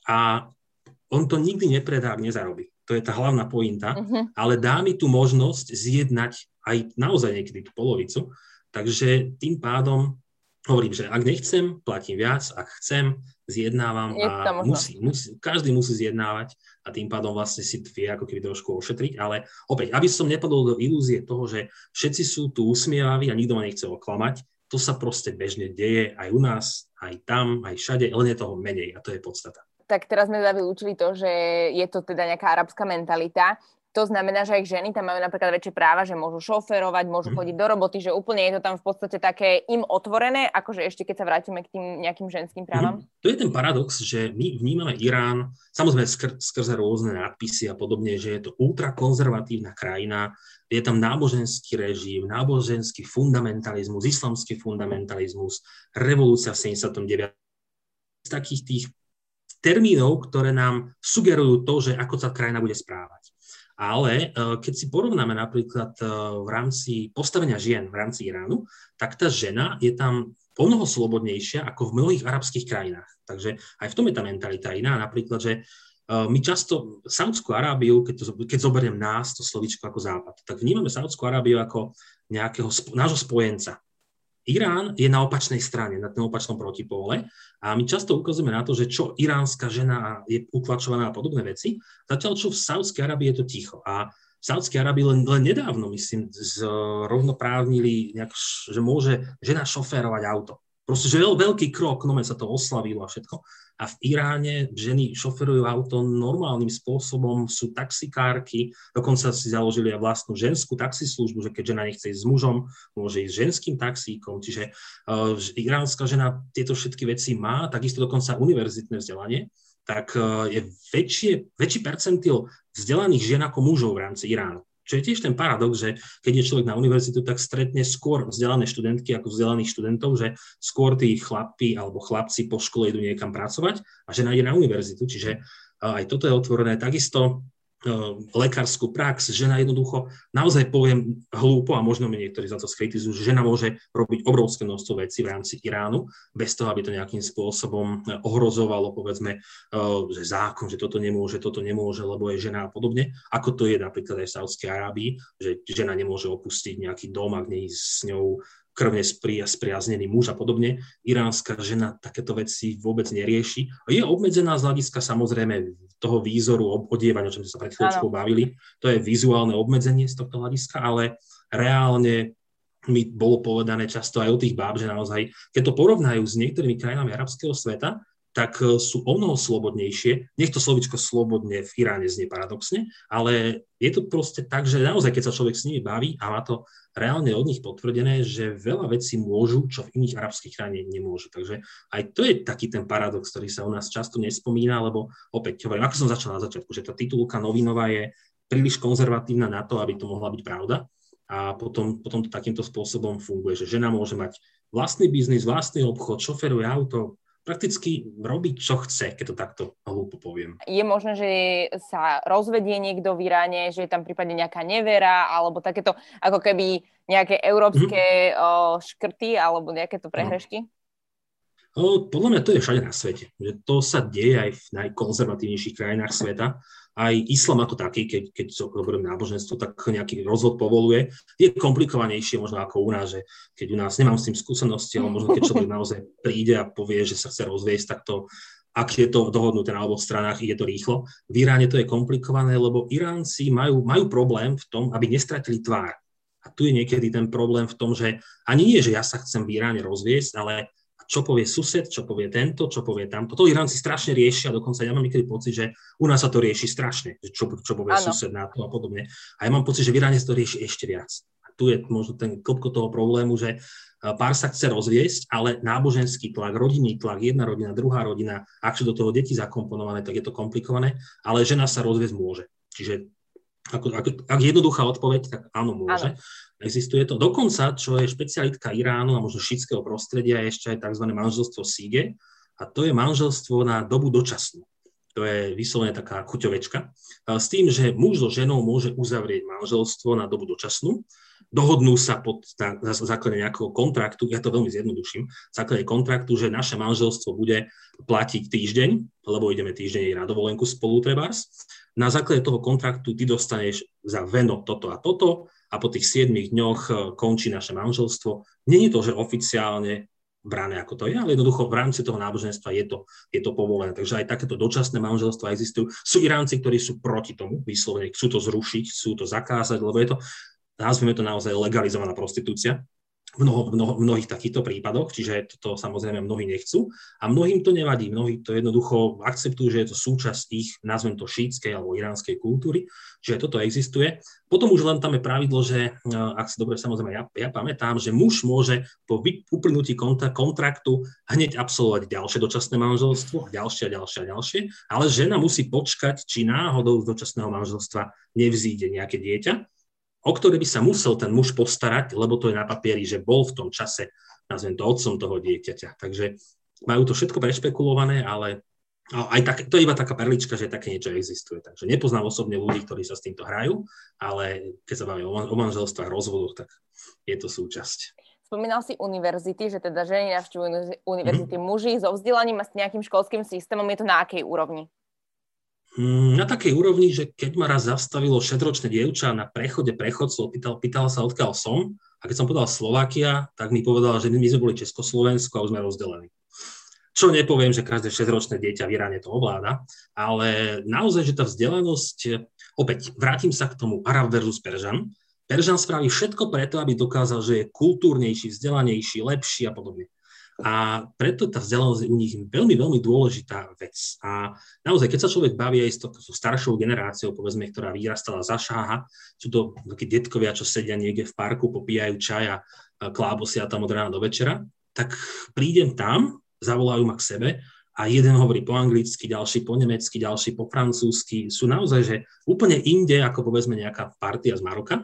S2: a on to nikdy nepredá, ak nezarobí. To je tá hlavná pointa, uh-huh. ale dá mi tú možnosť zjednať aj naozaj niekedy tú polovicu. Takže tým pádom hovorím, že ak nechcem, platím viac, ak chcem, zjednávam a musí, musí, každý musí zjednávať a tým pádom vlastne si vie ako keby trošku ošetriť. Ale opäť, aby som nepadol do ilúzie toho, že všetci sú tu usmievaví a nikto ma nechce oklamať, to sa proste bežne deje aj u nás, aj tam, aj všade, len je toho menej a to je podstata. Tak teraz sme teda vylúčili to, že je to teda nejaká arabská mentalita.
S1: to znamená, že aj ženy tam majú napríklad väčšie práva, že môžu šoférovať, môžu
S2: mm.
S1: chodiť do roboty, že úplne je to tam v podstate také im otvorené, akože ešte keď sa vrátime k tým nejakým ženským právam.
S2: Mm. To je ten paradox, že my vnímame Irán, samozrejme skr- skrze rôzne nadpisy a podobne, že je to ultrakonzervatívna krajina, je tam náboženský režim, náboženský fundamentalizmus, islamský fundamentalizmus, revolúcia v sedemdesiatom deviatom z takých tých termínov, ktoré nám sugerujú to, že ako sa krajina bude správať. Ale keď si porovnáme napríklad v rámci postavenia žien v rámci Iránu, tak tá žena je tam omnoho slobodnejšia ako v mnohých arabských krajinách. Takže aj v tom je tá mentalita iná. Napríklad, že my často Saúdskú Arábiu, keď, to, keď zoberiem nás, to slovíčko ako západ, tak vnímame Saúdskú Arábiu ako nejakého nášho spojenca. Irán je na opačnej strane, na tom opačnom protipóle a my často ukazujeme na to, že čo iránska žena je utlačovaná a podobné veci, zatiaľ čo v Saúdskej Arábii je to ticho. A v Saúdskej Arábii len, len nedávno, myslím, rovnoprávnili, nejak, že môže žena šoférovať auto. Proste, že veľ, veľký krok, no sa to oslavilo a všetko. A v Iráne ženy šoferujú auto normálnym spôsobom, sú taxikárky, dokonca si založili aj vlastnú ženskú taxislužbu, že keď žena nechce ísť s mužom, môže ísť s ženským taxíkom. Čiže uh, iránska žena tieto všetky veci má, takisto dokonca univerzitné vzdelanie, tak uh, je väčšie, väčší percentil vzdelaných žien ako mužov v rámci Iránu. Čo je tiež ten paradox, že keď je človek na univerzitu, tak stretne skôr vzdelané študentky ako vzdelaných študentov, že skôr tí chlapi alebo chlapci po škole idú niekam pracovať a žena ide na univerzitu. Čiže aj toto je otvorené. Takisto lekárskú prax, žena jednoducho, naozaj poviem hlúpo a možno mi niektorí za to skritizujú, že žena môže robiť obrovské množstvo vecí v rámci Iránu, bez toho, aby to nejakým spôsobom ohrozovalo, povedzme, že zákon, že toto nemôže, toto nemôže, lebo je žena a podobne, ako to je napríklad aj v Saúdskej Arábii, že žena nemôže opustiť nejaký dom, ak nie je s ňou krvne spriaznený muž a podobne. Iránska žena takéto veci vôbec nerieši. Je obmedzená z hľadiska samozrejme toho výzoru odievania, o čom sme sa pred chvíľočkou bavili. To je vizuálne obmedzenie z tohto hľadiska, ale reálne mi bolo povedané často aj o tých báb, že naozaj, keď to porovnajú s niektorými krajinami arabského sveta, tak sú omnoho slobodnejšie. Nech to slovičko slobodne v Iráne znie paradoxne, ale je to proste tak, že naozaj, keď sa človek s nimi baví a má to reálne od nich potvrdené, že veľa vecí môžu, čo v iných arabských krajinách nemôžu. Takže aj to je taký ten paradox, ktorý sa u nás často nespomína, lebo opäť hovorím, ako som začal na začiatku, že tá titulka novinová je príliš konzervatívna na to, aby to mohla byť pravda. A potom, potom to takýmto spôsobom funguje, že žena môže mať vlastný biznis, vlastný obchod, šoferuje auto, prakticky robiť, čo chce, keď to takto hlúpo poviem.
S1: Je možné, že sa rozvedie niekto v Iráne, že je tam prípadne nejaká nevera, alebo takéto ako keby nejaké európske mm-hmm. o, škrty, alebo nejaké to prehrešky?
S2: O, podľa mňa to je všade na svete. Že to sa deje aj v najkonzervatívnejších krajinách sveta. Aj islam ako taký, keď, keď so hovorím náboženstvo, tak nejaký rozvod povoluje. Je komplikovanejšie možno ako u nás, že keď u nás nemám s tým skúsenosti, ale možno keď človek naozaj príde a povie, že sa chce rozviesť, tak to, ak je to dohodnuté na oboch stranách, ide to rýchlo. V Iráne to je komplikované, lebo Iránci majú, majú problém v tom, aby nestratili tvár. A tu je niekedy ten problém v tom, že ani nie, že ja sa chcem v Iráne rozviesť, ale čo povie sused, čo povie tento, čo povie tamto. To Iránci strašne riešia, dokonca ja mám niekedy pocit, že u nás sa to rieši strašne, čo, čo povie ano. sused na to a podobne. A ja mám pocit, že v Iráne sa to rieši ešte viac. A tu je možno ten klopko toho problému, že pár sa chce rozviesť, ale náboženský tlak, rodinný tlak, jedna rodina, druhá rodina, ak sú do toho deti zakomponované, tak je to komplikované, ale žena sa rozviesť môže. Čiže Ako, ak, ak jednoduchá odpoveď, tak áno, môže. Áno. Existuje to. Dokonca, čo je špecialitka Iránu a možno šítského prostredia, je ešte aj tzv. Manželstvo síge. A to je manželstvo na dobu dočasnú. To je vyslovene taká chuťovečka. S tým, že muž so ženou môže uzavrieť manželstvo na dobu dočasnú. Dohodnú sa pod, na, na základe nejakého kontraktu, ja to veľmi zjednoduším, v základe kontraktu, že naše manželstvo bude platiť týždeň, lebo ideme týždeň na dovolenku spolu trebárs. Na základe toho kontraktu ty dostaneš za veno toto a toto a po tých siedmich dňoch končí naše manželstvo. Nie je to, že oficiálne brané, ako to je, ale jednoducho v rámci toho náboženstva je to, je to povolené. Takže aj takéto dočasné manželstva existujú. Sú Iránci, ktorí sú proti tomu, vyslovene chcú to zrušiť, chcú to zakázať, lebo je to, nazvime to naozaj legalizovaná prostitúcia. v mnoho, mnoho, mnohých takýchto prípadoch, čiže to, to samozrejme mnohí nechcú a mnohým to nevadí, mnohí to jednoducho akceptujú, že je to súčasť ich, nazvem to šítskej alebo iránskej kultúry, že toto existuje. Potom už len tam je pravidlo, že ak si dobre samozrejme ja, ja pamätám, že muž môže po uplynutí kontraktu hneď absolvovať ďalšie dočasné manželstvo, ďalšie a ďalšie a ďalšie, ale žena musí počkať, či náhodou z dočasného manželstva nevzíde nejaké dieťa, o ktoré by sa musel ten muž postarať, lebo to je na papieri, že bol v tom čase, nazvem to, otcom toho dieťaťa. Takže majú to všetko prešpekulované, ale aj tak, to je iba taká perlička, že také niečo existuje. Takže nepoznám osobne ľudí, ktorí sa s týmto hrajú, ale keď sa bavíme o manželstvách, rozvodoch, tak je to súčasť.
S1: Spomínal si univerzity, že teda ženy navštevujú univerzity, mm-hmm. muži so vzdelaním a s nejakým školským systémom. Je to na akej úrovni?
S2: Na takej úrovni, že keď ma raz zastavilo šesťročné dievča na prechode prechodcov, pýtal, pýtala sa, odkiaľ som, a keď som povedal Slovakia, tak mi povedala, že my sme boli Československo a už sme rozdelení. Čo nepoviem, že každé šesťročné dieťa v Iráne to ovláda, ale naozaj, že tá vzdelanosť, opäť vrátim sa k tomu Arab versus Peržan. Peržan spraví všetko preto, aby dokázal, že je kultúrnejší, vzdelanejší, lepší a podobne. A preto tá vzdelanosť je u nich veľmi, veľmi dôležitá vec. A naozaj, keď sa človek baví aj s tou staršou generáciou, povedzme, ktorá vyrastala za šáha, sú to takí detkovia, čo sedia niekde v parku, popíjajú čaj a klábosia tam od rána do večera, tak prídem tam, zavolajú ma k sebe a jeden hovorí po anglicky, ďalší po nemecky, ďalší po francúzsky. Sú naozaj, že úplne inde, ako povedzme nejaká partia z Maroka.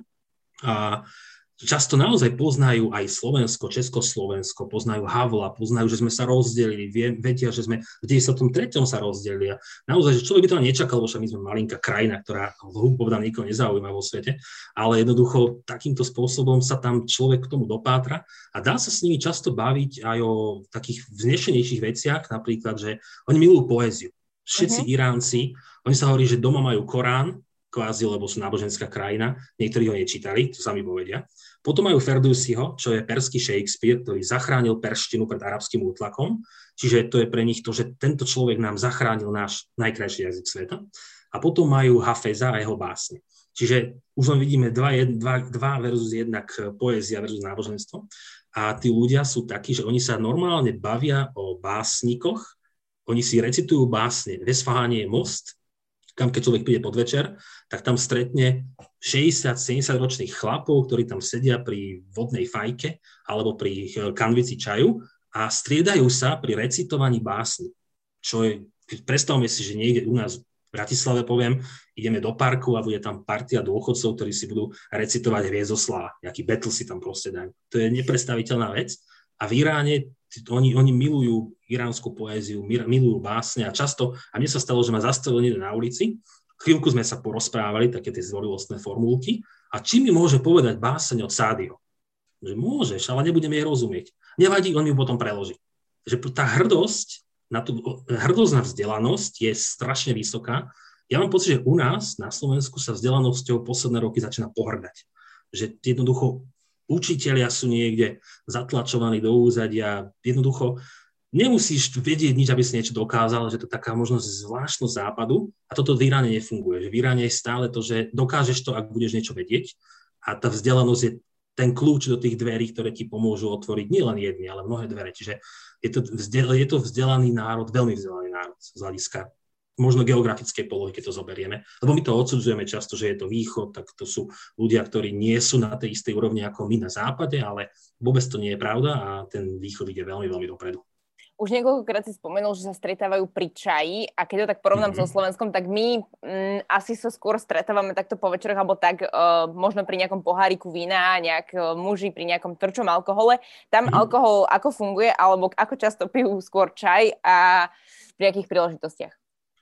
S2: A často naozaj poznajú aj Slovensko, Československo, poznajú Havla, poznajú, že sme sa rozdelili, vedia, že sme v deväťdesiatom treťom sa rozdelili. A naozaj, že človek by to nečakal, lebo my sme malinká krajina, ktorá povedané nikoho nezaujíma vo svete, ale jednoducho takýmto spôsobom sa tam človek k tomu dopátra a dá sa s nimi často baviť aj o takých vznešenejších veciach, napríklad, že oni milujú poéziu. Všetci uh-huh. Iránci, oni sa hovorí, že doma majú Korán, kvázi, lebo sú náboženská krajina, niektorí ho nečítali, to sami povedia. Potom majú Ferdusiho, čo je perský Shakespeare, ktorý zachránil perštinu pred arabským útlakom, čiže to je pre nich to, že tento človek nám zachránil náš najkrajší jazyk sveta. A potom majú Hafeza a jeho básne. Čiže už len vidíme dva, dva, dva versus jednak poézia versus náboženstvo. A tí ľudia sú takí, že oni sa normálne bavia o básnikoch, oni si recitujú básne. Vesfahanie je most, kam keď človek príde podvečer, tak tam stretne šesťdesiat sedemdesiat ročných chlapov, ktorí tam sedia pri vodnej fajke alebo pri kanvici čaju a striedajú sa pri recitovaní básni. Čo je, predstavme si, že niekde u nás v Bratislave, poviem, ideme do parku a bude tam partia dôchodcov, ktorí si budú recitovať Hviezdoslava. Nejaký battle si tam proste dajú. To je nepredstaviteľná vec. A v Iráne Oni, oni milujú iránsku poéziu, milujú básne a často, a mne sa stalo, že ma zastavil niekto na ulici, chvíľku sme sa porozprávali, také tie zvorilostné formulky, a či mi môže povedať báseň od Sádiho? Že môžeš, ale nebudem jej rozumieť. Nevadí, on mi potom preloží. Že tá hrdosť na, tú, hrdosť na vzdelanosť je strašne vysoká. Ja mám pocit, že u nás na Slovensku sa vzdelanosťou posledné roky začína pohrdať. Že jednoducho učitelia sú niekde zatlačovaní do úzadia. Jednoducho nemusíš vedieť nič, aby si niečo dokázal, že to je taká možnosť zvláštnosť západu a toto v Iráne nefunguje. Že v Iráne je stále to, že dokážeš to, ak budeš niečo vedieť a tá vzdelanosť je ten kľúč do tých dverí, ktoré ti pomôžu otvoriť nielen jedny, ale mnohé dvere. Čiže je to, vzdel, je to vzdelaný národ, veľmi vzdelaný národ z hľadiska možno geografickej polohy, keď to zoberieme. Lebo my to odsudzujeme často, že je to východ, tak to sú ľudia, ktorí nie sú na tej istej úrovni ako my na západe, ale vôbec to nie je pravda a ten východ ide veľmi, veľmi dopredu.
S1: Už niekoľkokrát si spomenul, že sa stretávajú pri čaji a keď to tak porovnám mm-hmm. so Slovenskom, tak my mm, asi sa skôr stretávame takto po večeroch alebo tak uh, možno pri nejakom poháriku vína, nejak uh, muži pri nejakom tvrdšom alkohole. Tam mm-hmm. alkohol ako funguje alebo ako často pijú skôr čaj a pri akých príležitostiach?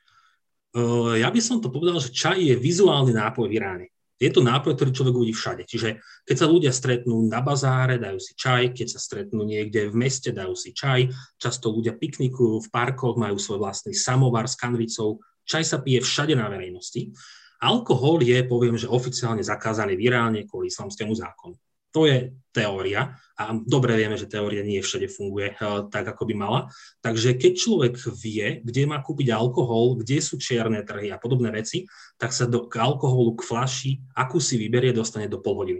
S2: Uh, ja by som to povedal, že čaj je vizuálny nápoj v Iráne. Je to nápoj, ktorý človek uvidí všade. Čiže keď sa ľudia stretnú na bazáre, dajú si čaj, keď sa stretnú niekde v meste, dajú si čaj. Často ľudia piknikujú v parkoch, majú svoj vlastný samovar s kanvicou. Čaj sa pije všade na verejnosti. Alkohol je, poviem, že oficiálne zakázaný v Iráne kvôli islamskému zákonu. To je teória a dobre vieme, že teória nie všade funguje uh, tak, ako by mala. Takže keď človek vie, kde má kúpiť alkohol, kde sú čierne trhy a podobné veci, tak sa do, k alkoholu, k fľaši, akú si vyberie, dostane do pol hodiny.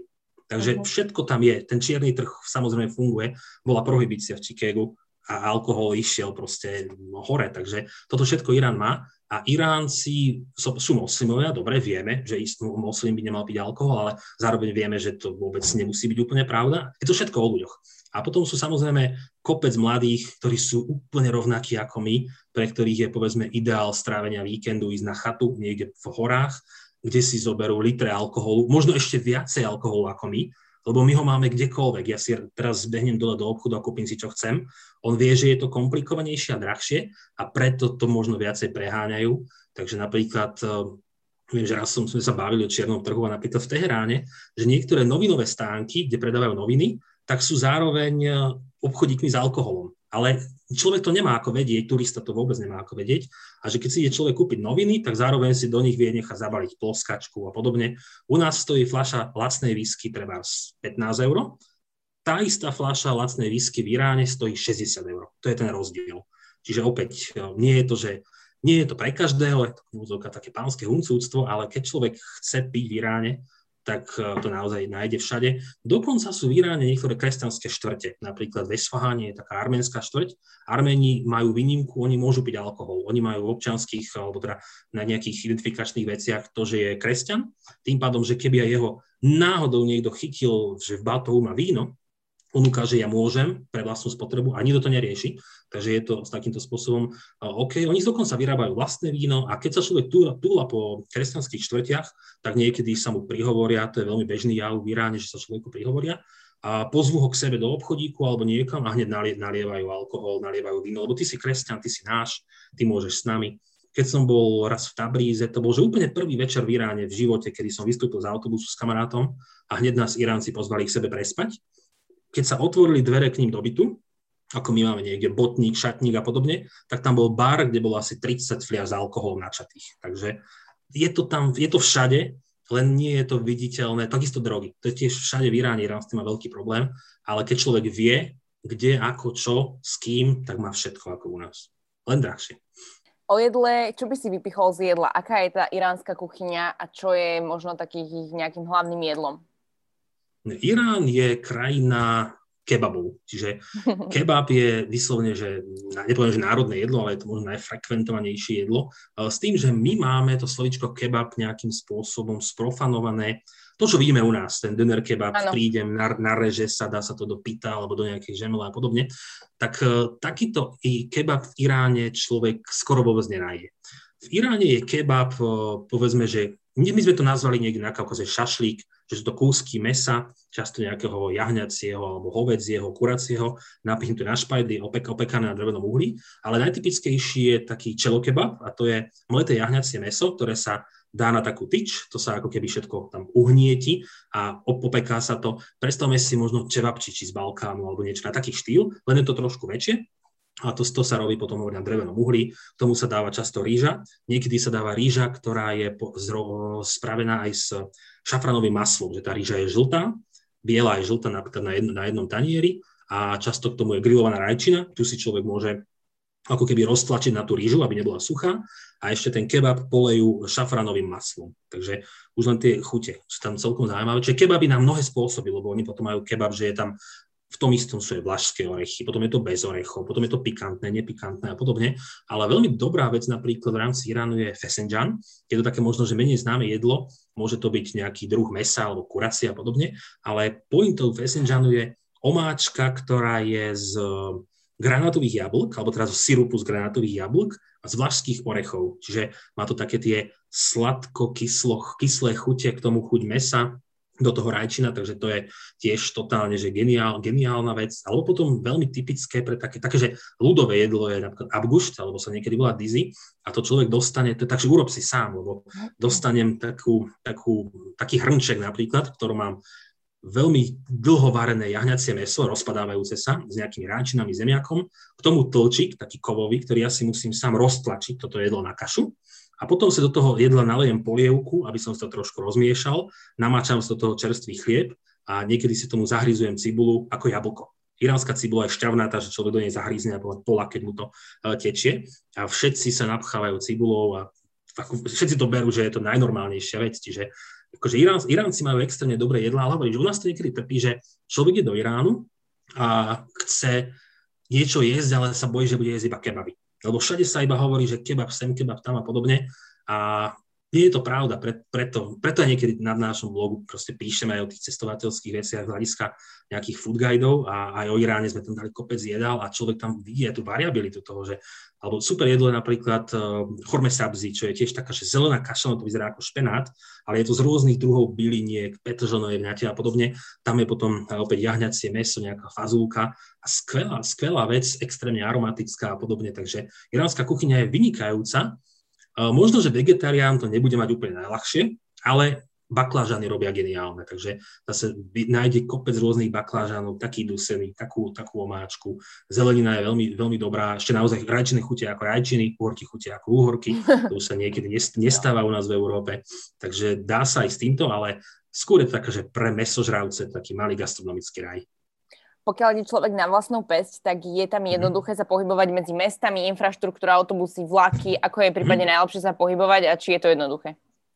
S2: Takže uh-huh. všetko tam je. Ten čierny trh samozrejme funguje. Bola prohibícia v Chicagu a alkohol išiel proste hore. Takže toto všetko Irán má. A Iránci sú, sú moslimovia, dobre, vieme, že istý moslim by nemal piť alkohol, ale zároveň vieme, že to vôbec nemusí byť úplne pravda. Je to všetko o ľuďoch. A potom sú samozrejme kopec mladých, ktorí sú úplne rovnakí ako my, pre ktorých je povedzme ideál strávenia víkendu ísť na chatu niekde v horách, kde si zoberú litre alkoholu, možno ešte viacej alkoholu ako my, lebo my ho máme kdekoľvek. Ja si teraz zbehnem dole do obchodu a kúpim si, čo chcem. On vie, že je to komplikovanejšie a drahšie a preto to možno viacej preháňajú. Takže napríklad, viem, že raz som, sme sa bavili o čiernom trhu a napríklad v Teheráne, že niektoré novinové stánky, kde predávajú noviny, tak sú zároveň obchodíkmi s alkoholom. Ale človek to nemá ako vedieť, turista to vôbec nemá ako vedieť. A že keď si ide človek kúpiť noviny, tak zároveň si do nich vie nechať zabaliť ploskačku a podobne. U nás stojí fľaša lacnej whisky trebárs pätnásť eur. Tá istá fľaša lacnej whisky v Iráne stojí šesťdesiat eur. To je ten rozdiel. Čiže opäť nie je to, že nie je to pre každého, je to také pánske huncúctvo, ale keď človek chce piť v Iráne, tak to naozaj nájde všade. Dokonca sú v Iráne niektoré kresťanské štvrte. Napríklad v Esfahane je taká arménska štvrť. Arméni majú výnimku, oni môžu piť alkohol. Oni majú v občianskych, alebo teda na nejakých identifikačných veciach to, že je kresťan. Tým pádom, že keby aj jeho náhodou niekto chytil, že v batohu má víno, on ukáže, ja môžem pre vlastnú spotrebu a nikto to nerieši. Takže je to s takýmto spôsobom OK. Oni dokonca vyrábajú vlastné víno a keď sa človek túla, túla po kresťanských štvrtiach, tak niekedy sa mu prihovoria, to je veľmi bežný jav v Iráne, že sa človeku prihovoria a pozvú ho k sebe do obchodíku alebo niekam a hneď nalie, nalievajú alkohol, nalievajú víno, lebo ty si kresťan, ty si náš, ty môžeš s nami. Keď som bol raz v Tabríze, to bol že úplne prvý večer v Iráne v živote, kedy som vystúpil z autobusu s kamarátom a hneď nás Iránci pozvali k sebe prespať. Keď sa otvorili dvere k ním do bytu, ako my máme niekde botník, šatník a podobne, tak tam bol bar, kde bolo asi tridsať fliaž s alkoholom načatých. Takže je to tam, je to všade, len nie je to viditeľné. Takisto drogy. To je tiež všade v Iráne, Irán s tým má veľký problém, ale keď človek vie, kde, ako, čo, s kým, tak má všetko ako u nás. Len drahšie.
S1: O jedle, čo by si vypichol z jedla? Aká je tá iránska kuchyňa a čo je možno takým nejakým hlavným jedlom?
S2: Irán je krajina kebabov, čiže kebab je vyslovene, že nepoviem, že národné jedlo, ale je to možno najfrekventovanejšie jedlo. S tým, že my máme to slovičko kebab nejakým spôsobom sprofanované. To, čo vidíme u nás, ten doner kebab, ano. Prídem, nareže sa, dá sa to do pita alebo do nejakej žemele a podobne, tak takýto i kebab v Iráne človek skoro vôbec nenájde. V Iráne je kebab, povedzme, že my sme to nazvali niekde na Kaukaze šašlík, že sú to kúsky mesa, často nejakého jahňacieho alebo hovedzieho, kuracieho, napihnuté na špajdli, opek, opekané na drevenom uhli. Ale najtypickejší je taký čelokebab a to je mleté jahňacie meso, ktoré sa dá na takú tyč, to sa ako keby všetko tam uhnieti a opeká sa to. Predstavme si možno čevapčiči z Balkánu alebo niečo na taký štýl, len je to trošku väčšie. A to, to sa robí potom na drevenom uhli, k tomu sa dáva často rýža. Niekedy sa dáva rýža, ktorá je po, zro, spravená aj s šafranovým maslom, že tá rýža je žltá, biela je žltá napríklad na, jedno, na jednom tanieri a často k tomu je grillovaná rajčina. Tu si človek môže ako keby roztlačiť na tú rýžu, aby nebola suchá a ešte ten kebab polejú šafranovým maslom. Takže už len tie chute sú tam celkom zaujímavé. Čiže kebaby na mnohé spôsoby, lebo oni potom majú kebab, že je tam v tom istom sú aj vlašské orechy, potom je to bez orechov, potom je to pikantné, nepikantné a podobne. Ale veľmi dobrá vec napríklad v rámci Iránu je fesenjan. Je to také možno, že menej známe jedlo, môže to byť nejaký druh mäsa alebo kuracie a podobne, ale pointou fesenjanu je omáčka, ktorá je z granátových jablk, alebo teda zo sirupu z granátových jablk a z vlašských orechov. Čiže má to také tie sladko-kyslo, kyslé chute, k tomu chuť mäsa, do toho rajčina, takže to je tiež totálne, že geniál, geniálna vec. Alebo potom veľmi typické pre také, také, že ľudové jedlo je napríklad abgušt, alebo sa niekedy volá dizi, a to človek dostane, to je tak, že urob si sám, lebo dostanem takú, takú, taký hrnček napríklad, v ktorom mám veľmi dlho varené jahňacie mäso, rozpadávajúce sa s nejakými rajčinami, zemiakom, k tomu tlčík, taký kovový, ktorý ja si musím sám roztlačiť, toto jedlo na kašu. A potom si do toho jedla nalejem polievku, aby som si to trošku rozmiešal, namáčam si do toho čerstvý chlieb a niekedy si tomu zahryzujem cibulu ako jablko. Iránska cibula je šťavnatá, že človek do nej zahryzne a pola, keď mu to uh, tečie. A všetci sa napchávajú cibulou a všetci to berú, že je to najnormálnejšia vec. Čiže akože Irán, Iránci majú extrémne dobré jedlá, ale hovorí, že u nás to niekedy trpí, že človek ide do Iránu a chce niečo jesť, ale sa bojí, že bude jesť iba kebaby. Lebo všade sa iba hovorí, že kebab sem, kebab tam a podobne. A nie je to pravda, pre, preto, preto aj niekedy na našom blogu proste píšeme aj o tých cestovateľských veciach z hľadiska nejakých food guideov a aj o Iráne sme tam dali kopec jedál a človek tam vidí aj tú variabilitu toho, že alebo super jedlo je napríklad uh, chorme sabzi, čo je tiež taká, že zelená kaša, no to vyzerá ako špenát, ale je to z rôznych druhov byliniek, petržlenovej vňate a podobne. Tam je potom opäť jahňacie mäso, nejaká fazulka a skvelá, skvelá vec, extrémne aromatická a podobne, takže iránska kuchyňa je vynikajúca. Možno, že vegetarián to nebude mať úplne najľahšie, ale baklážany robia geniálne, takže zase nájde kopec rôznych baklážanov, taký dusený, takú, takú omáčku. Zelenina je veľmi, veľmi dobrá, ešte naozaj rajčiny chutia ako rajčiny, uhorky chutia ako uhorky, to už sa niekedy nestáva u nás v Európe, takže dá sa aj s týmto, ale skôr je to taká, že pre mäsožravce taký malý gastronomický raj.
S1: Pokiaľ ide človek na vlastnú päsť, tak je tam jednoduché sa pohybovať medzi mestami, infraštruktúra, autobusy, vlaky, ako je prípadne najlepšie sa pohybovať a či je to jednoduché?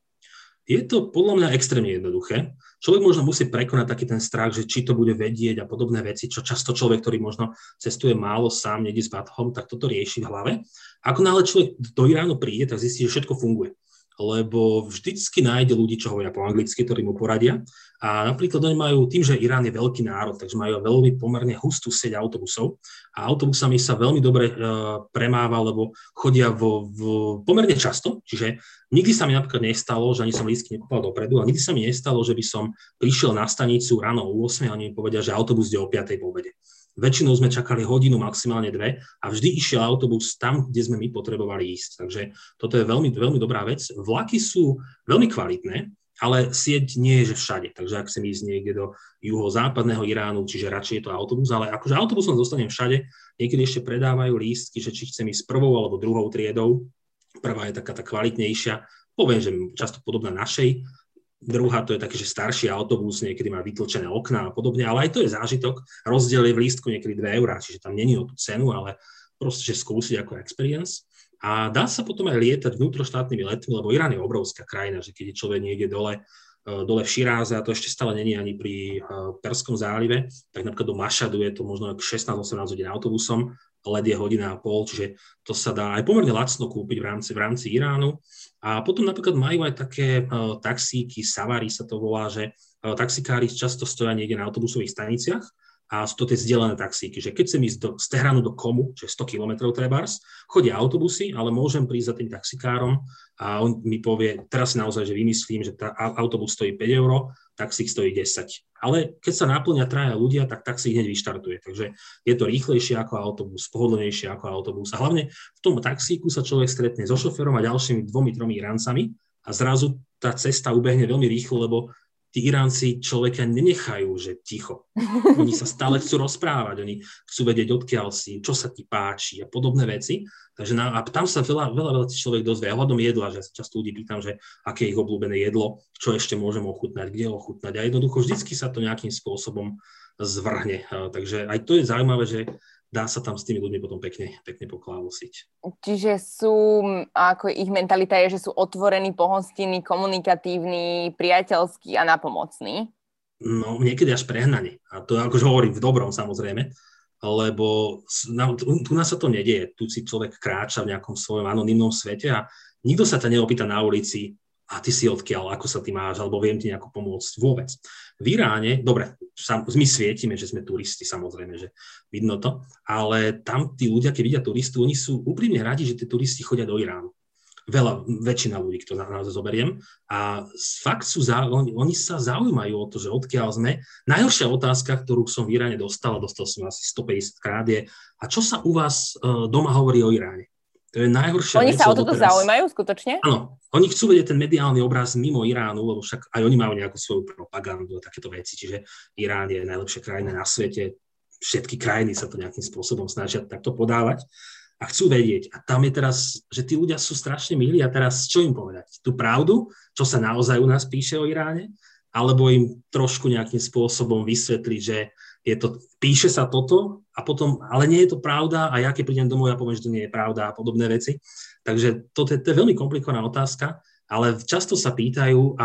S2: Je to podľa mňa extrémne jednoduché. Človek možno musí prekonať taký ten strach, že či to bude vedieť a podobné veci, čo často človek, ktorý možno cestuje málo sám, niekde s batohom, tak toto rieši v hlave. Ako náhle človek do Iránu príde, tak zistí, že všetko funguje. Lebo vždycky nájde ľudí, čo hovoria po anglicky, ktorí mu poradia. A napríklad oni majú, tým, že Irán je veľký národ, takže majú veľmi pomerne hustú sieť autobusov a autobusami sa veľmi dobre e, premáva, lebo chodia vo, v, pomerne často, čiže nikdy sa mi napríklad nestalo, že ani som lístky nekúpal dopredu a nikdy sa mi nestalo, že by som prišiel na stanicu ráno o ôsmej a oni mi povedia, že autobus ide o piatej po obede. Väčšinou sme čakali hodinu, maximálne dve a vždy išiel autobus tam, kde sme my potrebovali ísť. Takže toto je veľmi, veľmi dobrá vec. Vlaky sú veľmi kvalitné, ale sieť nie je, že všade. Takže ak chcem ísť niekde do juhozápadného Iránu, čiže radšej je to autobus, ale akože autobusom dostanem všade. Niekedy ešte predávajú lístky, že či chcem ísť prvou alebo druhou triedou. Prvá je taká tá kvalitnejšia. Poviem, že často podobná našej. Druhá to je taký, že starší autobus, niekedy má vytlčené okná a podobne, ale aj to je zážitok. Rozdiel je v lístku niekedy dve eurá, čiže tam není o tú cenu, ale proste, že skúsiť ako experience. A dá sa potom aj lietať vnútroštátnymi letmi, lebo Irán je obrovská krajina, že keď je človek niekde dole, dole v Širáze, a to ešte stále není ani pri Perskom zálive, tak napríklad do Mašadu je to možno šestnásť osemnásť hodín autobusom, let je hodina a pol, čiže to sa dá aj pomerne lacno kúpiť v rámci, v rámci Iránu. A potom napríklad majú aj také uh, taxíky, Savari sa to volá, že uh, taxikári často stoja niekde na autobusových staniciach a sú to tie zdieľané taxíky, že keď chcem ísť do, z Tehranu do Komu, čo je sto kilometrov trebárs, chodia autobusy, ale môžem prísť za tým taxikárom a on mi povie, teraz naozaj, že vymyslím, že tá, autobus stojí päť eur, taxík stojí desať. Ale keď sa naplňa traja ľudia, tak taxík hneď vyštartuje. Takže je to rýchlejšie ako autobus, pohodlnejšie ako autobus. A hlavne v tom taxíku sa človek stretne so šoférom a ďalšími dvomi, tromi Iráncami a zrazu tá cesta ubehne veľmi rýchlo, lebo tí Iránci človeka nenechajú, že ticho. Oni sa stále chcú rozprávať, oni chcú vedieť, odkiaľ si, čo sa ti páči a podobné veci. Takže na, a tam sa veľa, veľa, veľa človek dozvie. A hľadom jedla, že sa často ľudí pýtam, že aké je ich obľúbené jedlo, čo ešte môžem ochutnať, kde ochutnať. A jednoducho vždycky sa to nejakým spôsobom zvrhne. A, takže aj to je zaujímavé, že dá sa tam s tými ľuďmi potom pekne, pekne poklávusiť. Čiže
S1: sú, ako ich mentalita je, že sú otvorení, pohostinní, komunikatívni, priateľskí a napomocní?
S2: No, niekedy až prehnane. A to akože hovorím v dobrom, samozrejme, lebo na, tu nás sa to nedieje. Tu si človek kráča v nejakom svojom anonymnom svete a nikto sa ťa neopýta na ulici, a ty si odkiaľ, ako sa ty máš, alebo viem ti nejako pomôcť vôbec. V Iráne, dobre, my svietime, že sme turisti, samozrejme, že vidno to, ale tam tí ľudia, keď vidia turistu, oni sú úprimne radi, že tí turisti chodia do Iránu. Veľa, väčšina ľudí, kto naozaj zoberiem. A fakt sú, oni, oni sa zaujímajú o to, že odkiaľ sme. Najhoršia otázka, ktorú som v Iráne dostal, a dostal som asi stopäťdesiat krát, je, a čo sa u vás uh, doma hovorí o Iráne? To je najhoršia
S1: Oni
S2: vec,
S1: sa o toto teraz zaujímajú skutočne?
S2: Áno, oni chcú vedieť ten mediálny obraz mimo Iránu, lebo však aj oni majú nejakú svoju propagandu a takéto veci, čiže Irán je najlepšia krajina na svete, všetky krajiny sa to nejakým spôsobom snažia takto podávať a chcú vedieť. A tam je teraz, že tí ľudia sú strašne milí a teraz čo im povedať? Tú pravdu, čo sa naozaj u nás píše o Iráne, alebo im trošku nejakým spôsobom vysvetliť, že je to, píše sa toto a potom, ale nie je to pravda a ja keď prídem domov, ja poviem, že to nie je pravda a podobné veci. Takže toto je, to je veľmi komplikovaná otázka, ale často sa pýtajú a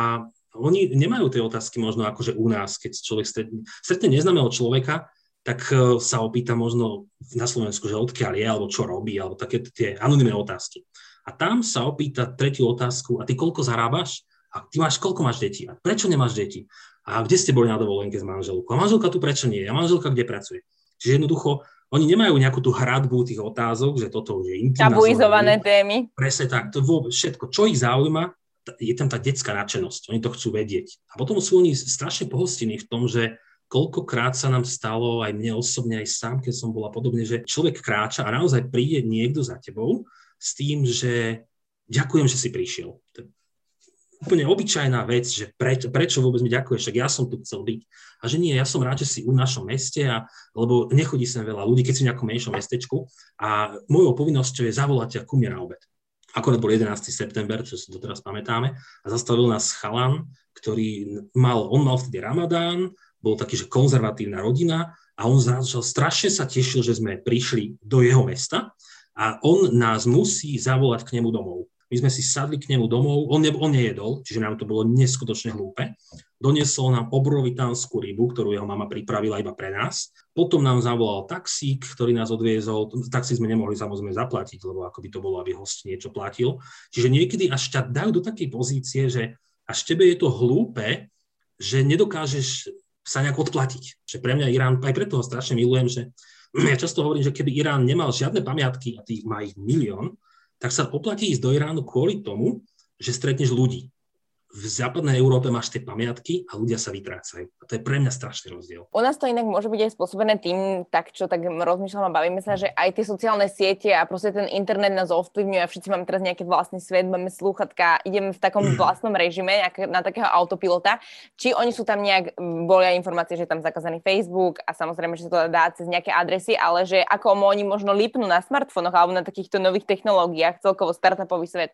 S2: Oni nemajú tie otázky možno akože u nás, keď človek stretne, stretne neznámeho človeka, tak sa opýta možno na Slovensku, že odkiaľ je, alebo čo robí, alebo také tie anonymné otázky. A tam sa opýta tretiu otázku, a ty koľko zarábaš? A ty máš, koľko máš detí? A prečo nemáš deti? A kde ste boli na dovolenke s manželkou? A manželka tu prečo nie? A manželka kde pracuje? Čiže jednoducho, oni nemajú nejakú tú hradbu tých otázok, že toto už je intimná zóna.
S1: Tabuizované témy.
S2: Presne tak, to vôbec všetko. Čo ich zaujíma, je tam tá detská nadšenosť. Oni to chcú vedieť. A potom sú oni strašne pohostinní v tom, že koľkokrát sa nám stalo, aj mne osobne, aj sám, keď som bola podobne, že človek kráča a naozaj príde niekto za tebou s tým, že ďakujem, že si prišiel. To je úplne obyčajná vec, že prečo, prečo vôbec mi ďakuješ, však ja som tu chcel byť. A že nie, ja som rád, že si u našom meste, a, lebo nechodí sem veľa ľudí, keď si v nejakom menšom mestečku, a mojou povinnosťou je zavolať ťa ku mne na obed. Akorát bol jedenásteho september, čo si to teraz pamätáme, a zastavil nás chalan, ktorý mal, on mal vtedy Ramadán, bol taký, že konzervatívna rodina, a on začal, strašne sa tešil, že sme prišli do jeho mesta a on nás musí zavolať k nemu domov. My sme si sadli k nemu domov, on, ne, on nejedol, čiže nám to bolo neskutočne hlúpe. Doniesol nám obrovitánsku rybu, ktorú jeho mama pripravila iba pre nás. Potom nám zavolal taxík, ktorý nás odviezol. Taxík sme nemohli samozrejme zaplatiť, lebo ako by to bolo, aby host niečo platil. Čiže niekedy až ťa dajú do takej pozície, že až tebe je to hlúpe, že nedokážeš sa nejak odplatiť. Že pre mňa Irán, aj preto ho strašne milujem, že ja často hovorím, že keby Irán nemal žiadne pamiatky, a tých má ich milión, tak sa oplatí ísť do Iránu kvôli tomu, že stretneš ľudí. V západnej Európe máš tie pamiatky a ľudia sa vytrácajú. A to je pre mňa strašný rozdiel.
S1: U nás to inak môže byť aj spôsobené tým, tak čo tak rozmýšľam a bavíme sa, že aj tie sociálne siete a proste ten internet nás ovplyvňuje a všetci máme teraz nejaký vlastný svet, máme slúchatka, ideme v takom vlastnom režime na takého autopilota. Či oni sú tam nejak, boli aj informácie, že je tam zakázaný Facebook a samozrejme, že sa to dá cez nejaké adresy, ale že ako oni možno lípnú na smartfónoch alebo na takýchto nových technológiách, celkovo startupový svet.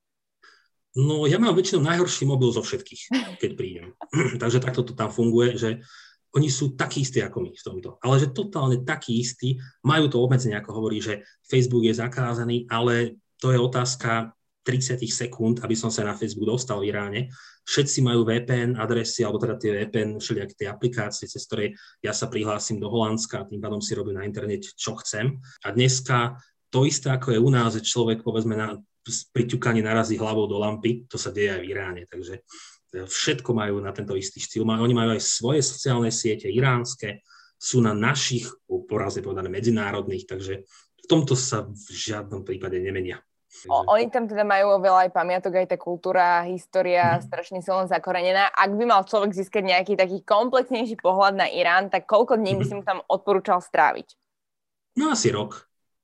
S2: No, ja mám väčšinou najhorší mobil zo všetkých, keď prídem. Takže takto to tam funguje, že oni sú takí istí ako my v tomto. Ale že totálne takí istí, majú to obmedzenie, ako hovorí, že Facebook je zakázaný, ale to je otázka tridsať sekúnd, aby som sa na Facebook dostal v Iráne. Všetci majú vé pé en adresy, alebo teda tie vé pé en, všelijaké tie aplikácie, cez ktoré ja sa prihlásim do Holandska a tým pádom si robím na internete, čo chcem. A dneska to isté, ako je u nás, že človek, povedzme, na pri ťukaní narazí hlavou do lampy, to sa deje aj v Iráne, takže všetko majú na tento istý štýl. Oni majú aj svoje sociálne siete iránske, sú na našich, porazne povedané, medzinárodných, takže v tomto sa v žiadnom prípade nemenia.
S1: O, oni tam teda majú veľa aj pamiatok, aj tá kultúra, história mm. strašne silno zakorenená. Ak by mal človek získať nejaký taký komplexnejší pohľad na Irán, tak koľko dní by si mu tam odporúčal stráviť?
S2: No asi rok.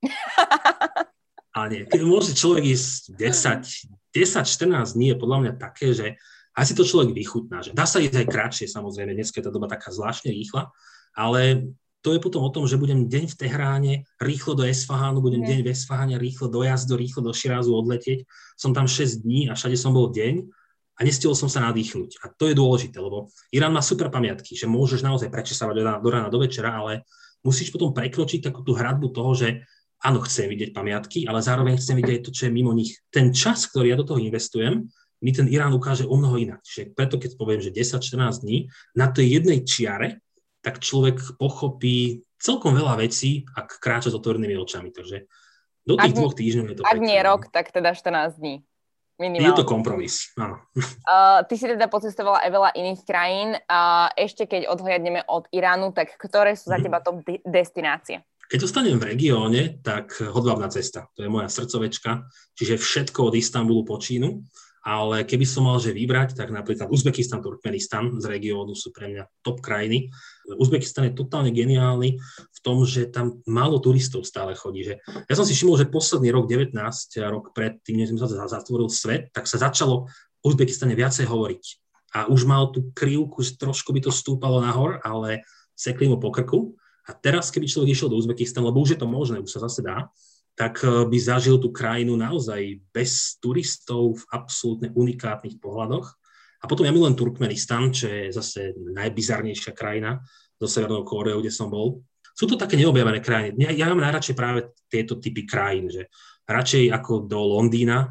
S2: Ale nie, keď môže človek ísť desať, štrnásť dní, je podľa mňa také, že aj si to človek vychutná. Že dá sa ísť aj krátšie, samozrejme, dneska je tá doba taká zvláštne rýchla, ale to je potom o tom, že budem deň v Tehráne, rýchlo do Esfahánu, budem mm. deň v Esfaháne, rýchlo do Jazdu, rýchlo do Širázu odletieť. Som tam šesť dní a všade som bol deň a nestihol som sa nadýchnuť. A to je dôležité, lebo Irán má super pamiatky, že môžeš naozaj prečesávať do rána, do rána, do večera, ale musíš potom prekročiť takú tú hradbu toho, že áno, chcem vidieť pamiatky, ale zároveň chcem vidieť to, čo je mimo nich. Ten čas, ktorý ja do toho investujem, mi ten Irán ukáže o mnoho inak. Čiže preto, keď poviem, že desať štrnásť dní, na tej jednej čiare, tak človek pochopí celkom veľa vecí, ak kráča s otvorenými očami. Takže do tých ak, dvoch týždňov je to...
S1: Ak nie rok, tak teda štrnásť dní. Minimálne.
S2: Je to kompromis, áno.
S1: Uh, ty si teda pocestovala aj veľa iných krajín. Uh, ešte keď odhliadneme od Iránu, tak ktoré sú za teba top de- destinácie?
S2: Keď ostanem v regióne, tak hodvábna cesta. To je moja srdcovečka, čiže všetko od Istanbulu po Čínu. Ale keby som mal že vybrať, tak napríklad Uzbekistan, Turkmenistan z regiónu sú pre mňa top krajiny. Uzbekistan je totálne geniálny v tom, že tam málo turistov stále chodí. Že ja som si všimol, že posledný rok devätnásť, rok pred tým, než sa zatvoril svet, tak sa začalo v Uzbekistane viacej hovoriť. A už mal tú krivku, že trošku by to stúpalo nahor, ale sekli mu po krku. A teraz, keby človek išiel do Uzbekistanu, lebo už je to možné, už sa zase dá, tak by zažil tú krajinu naozaj bez turistov v absolútne unikátnych pohľadoch. A potom ja milujem Turkmenistan, čo je zase najbizarnejšia krajina zo Severnou Kóreou, kde som bol. Sú to také neobjavené krajiny. Ja, ja mám najradšej práve tieto typy krajín, že radšej ako do Londýna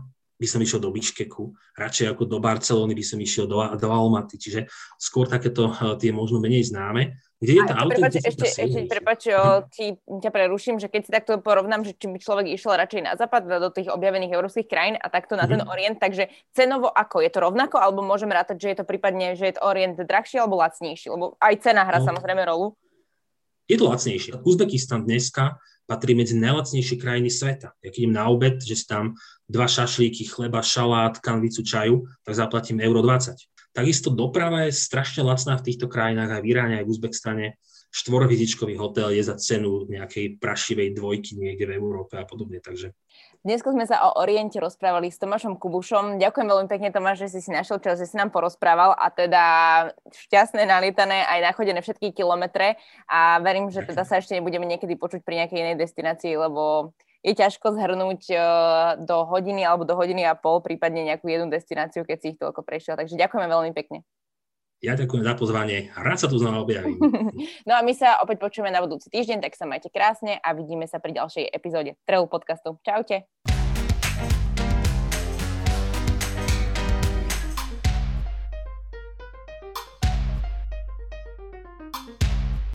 S2: by som išiel do Biškeku, radšej ako do Barcelony by som išiel do, do Almaty, čiže skôr takéto tie možno menej známe, kde je tá autenticita
S1: ešte, ešte prepáč, ti ťa preruším, že keď si takto porovnám, že či by človek išiel radšej na západ, do tých objavených európskych krajín a takto na mm-hmm. ten Orient, takže cenovo ako? Je to rovnako, alebo môžem rátať, že je to prípadne, že je to Orient drahší alebo lacnejší? Lebo aj cena hrá no. samozrejme rolu.
S2: Je to lacnejšie. Uzbekistan dneska patrí medzi najlacnejšie krajiny sveta. Ja keď idem na obed, že si tam dva šašlíky, chleba, šalát, kanvicu čaju, tak zaplatím euro dvadsať. Takisto doprava je strašne lacná v týchto krajinách, aj v Iráne, aj v Uzbekistane. Štvorhviezdičkový hotel je za cenu nejakej prašivej dvojky niekde v Európe a podobne. Takže...
S1: Dnes sme sa o Oriente rozprávali s Tomášom Kubušom. Ďakujem veľmi pekne, Tomáš, že si si našiel čas, že si nám porozprával a teda šťastné, nalietané, aj nachodené všetky kilometre a verím, že teda sa ešte nebudeme niekedy počuť pri nejakej inej destinácii, lebo je ťažko zhrnúť do hodiny alebo do hodiny a pol, prípadne nejakú jednu destináciu, keď si ich toľko prešiel. Takže ďakujeme veľmi pekne.
S2: Ja ďakujem za pozvanie. Rád sa tu znova objavím.
S1: No a my sa opäť počujeme na budúci týždeň, tak sa majte krásne a vidíme sa pri ďalšej epizóde Travel podcastu. Čaute.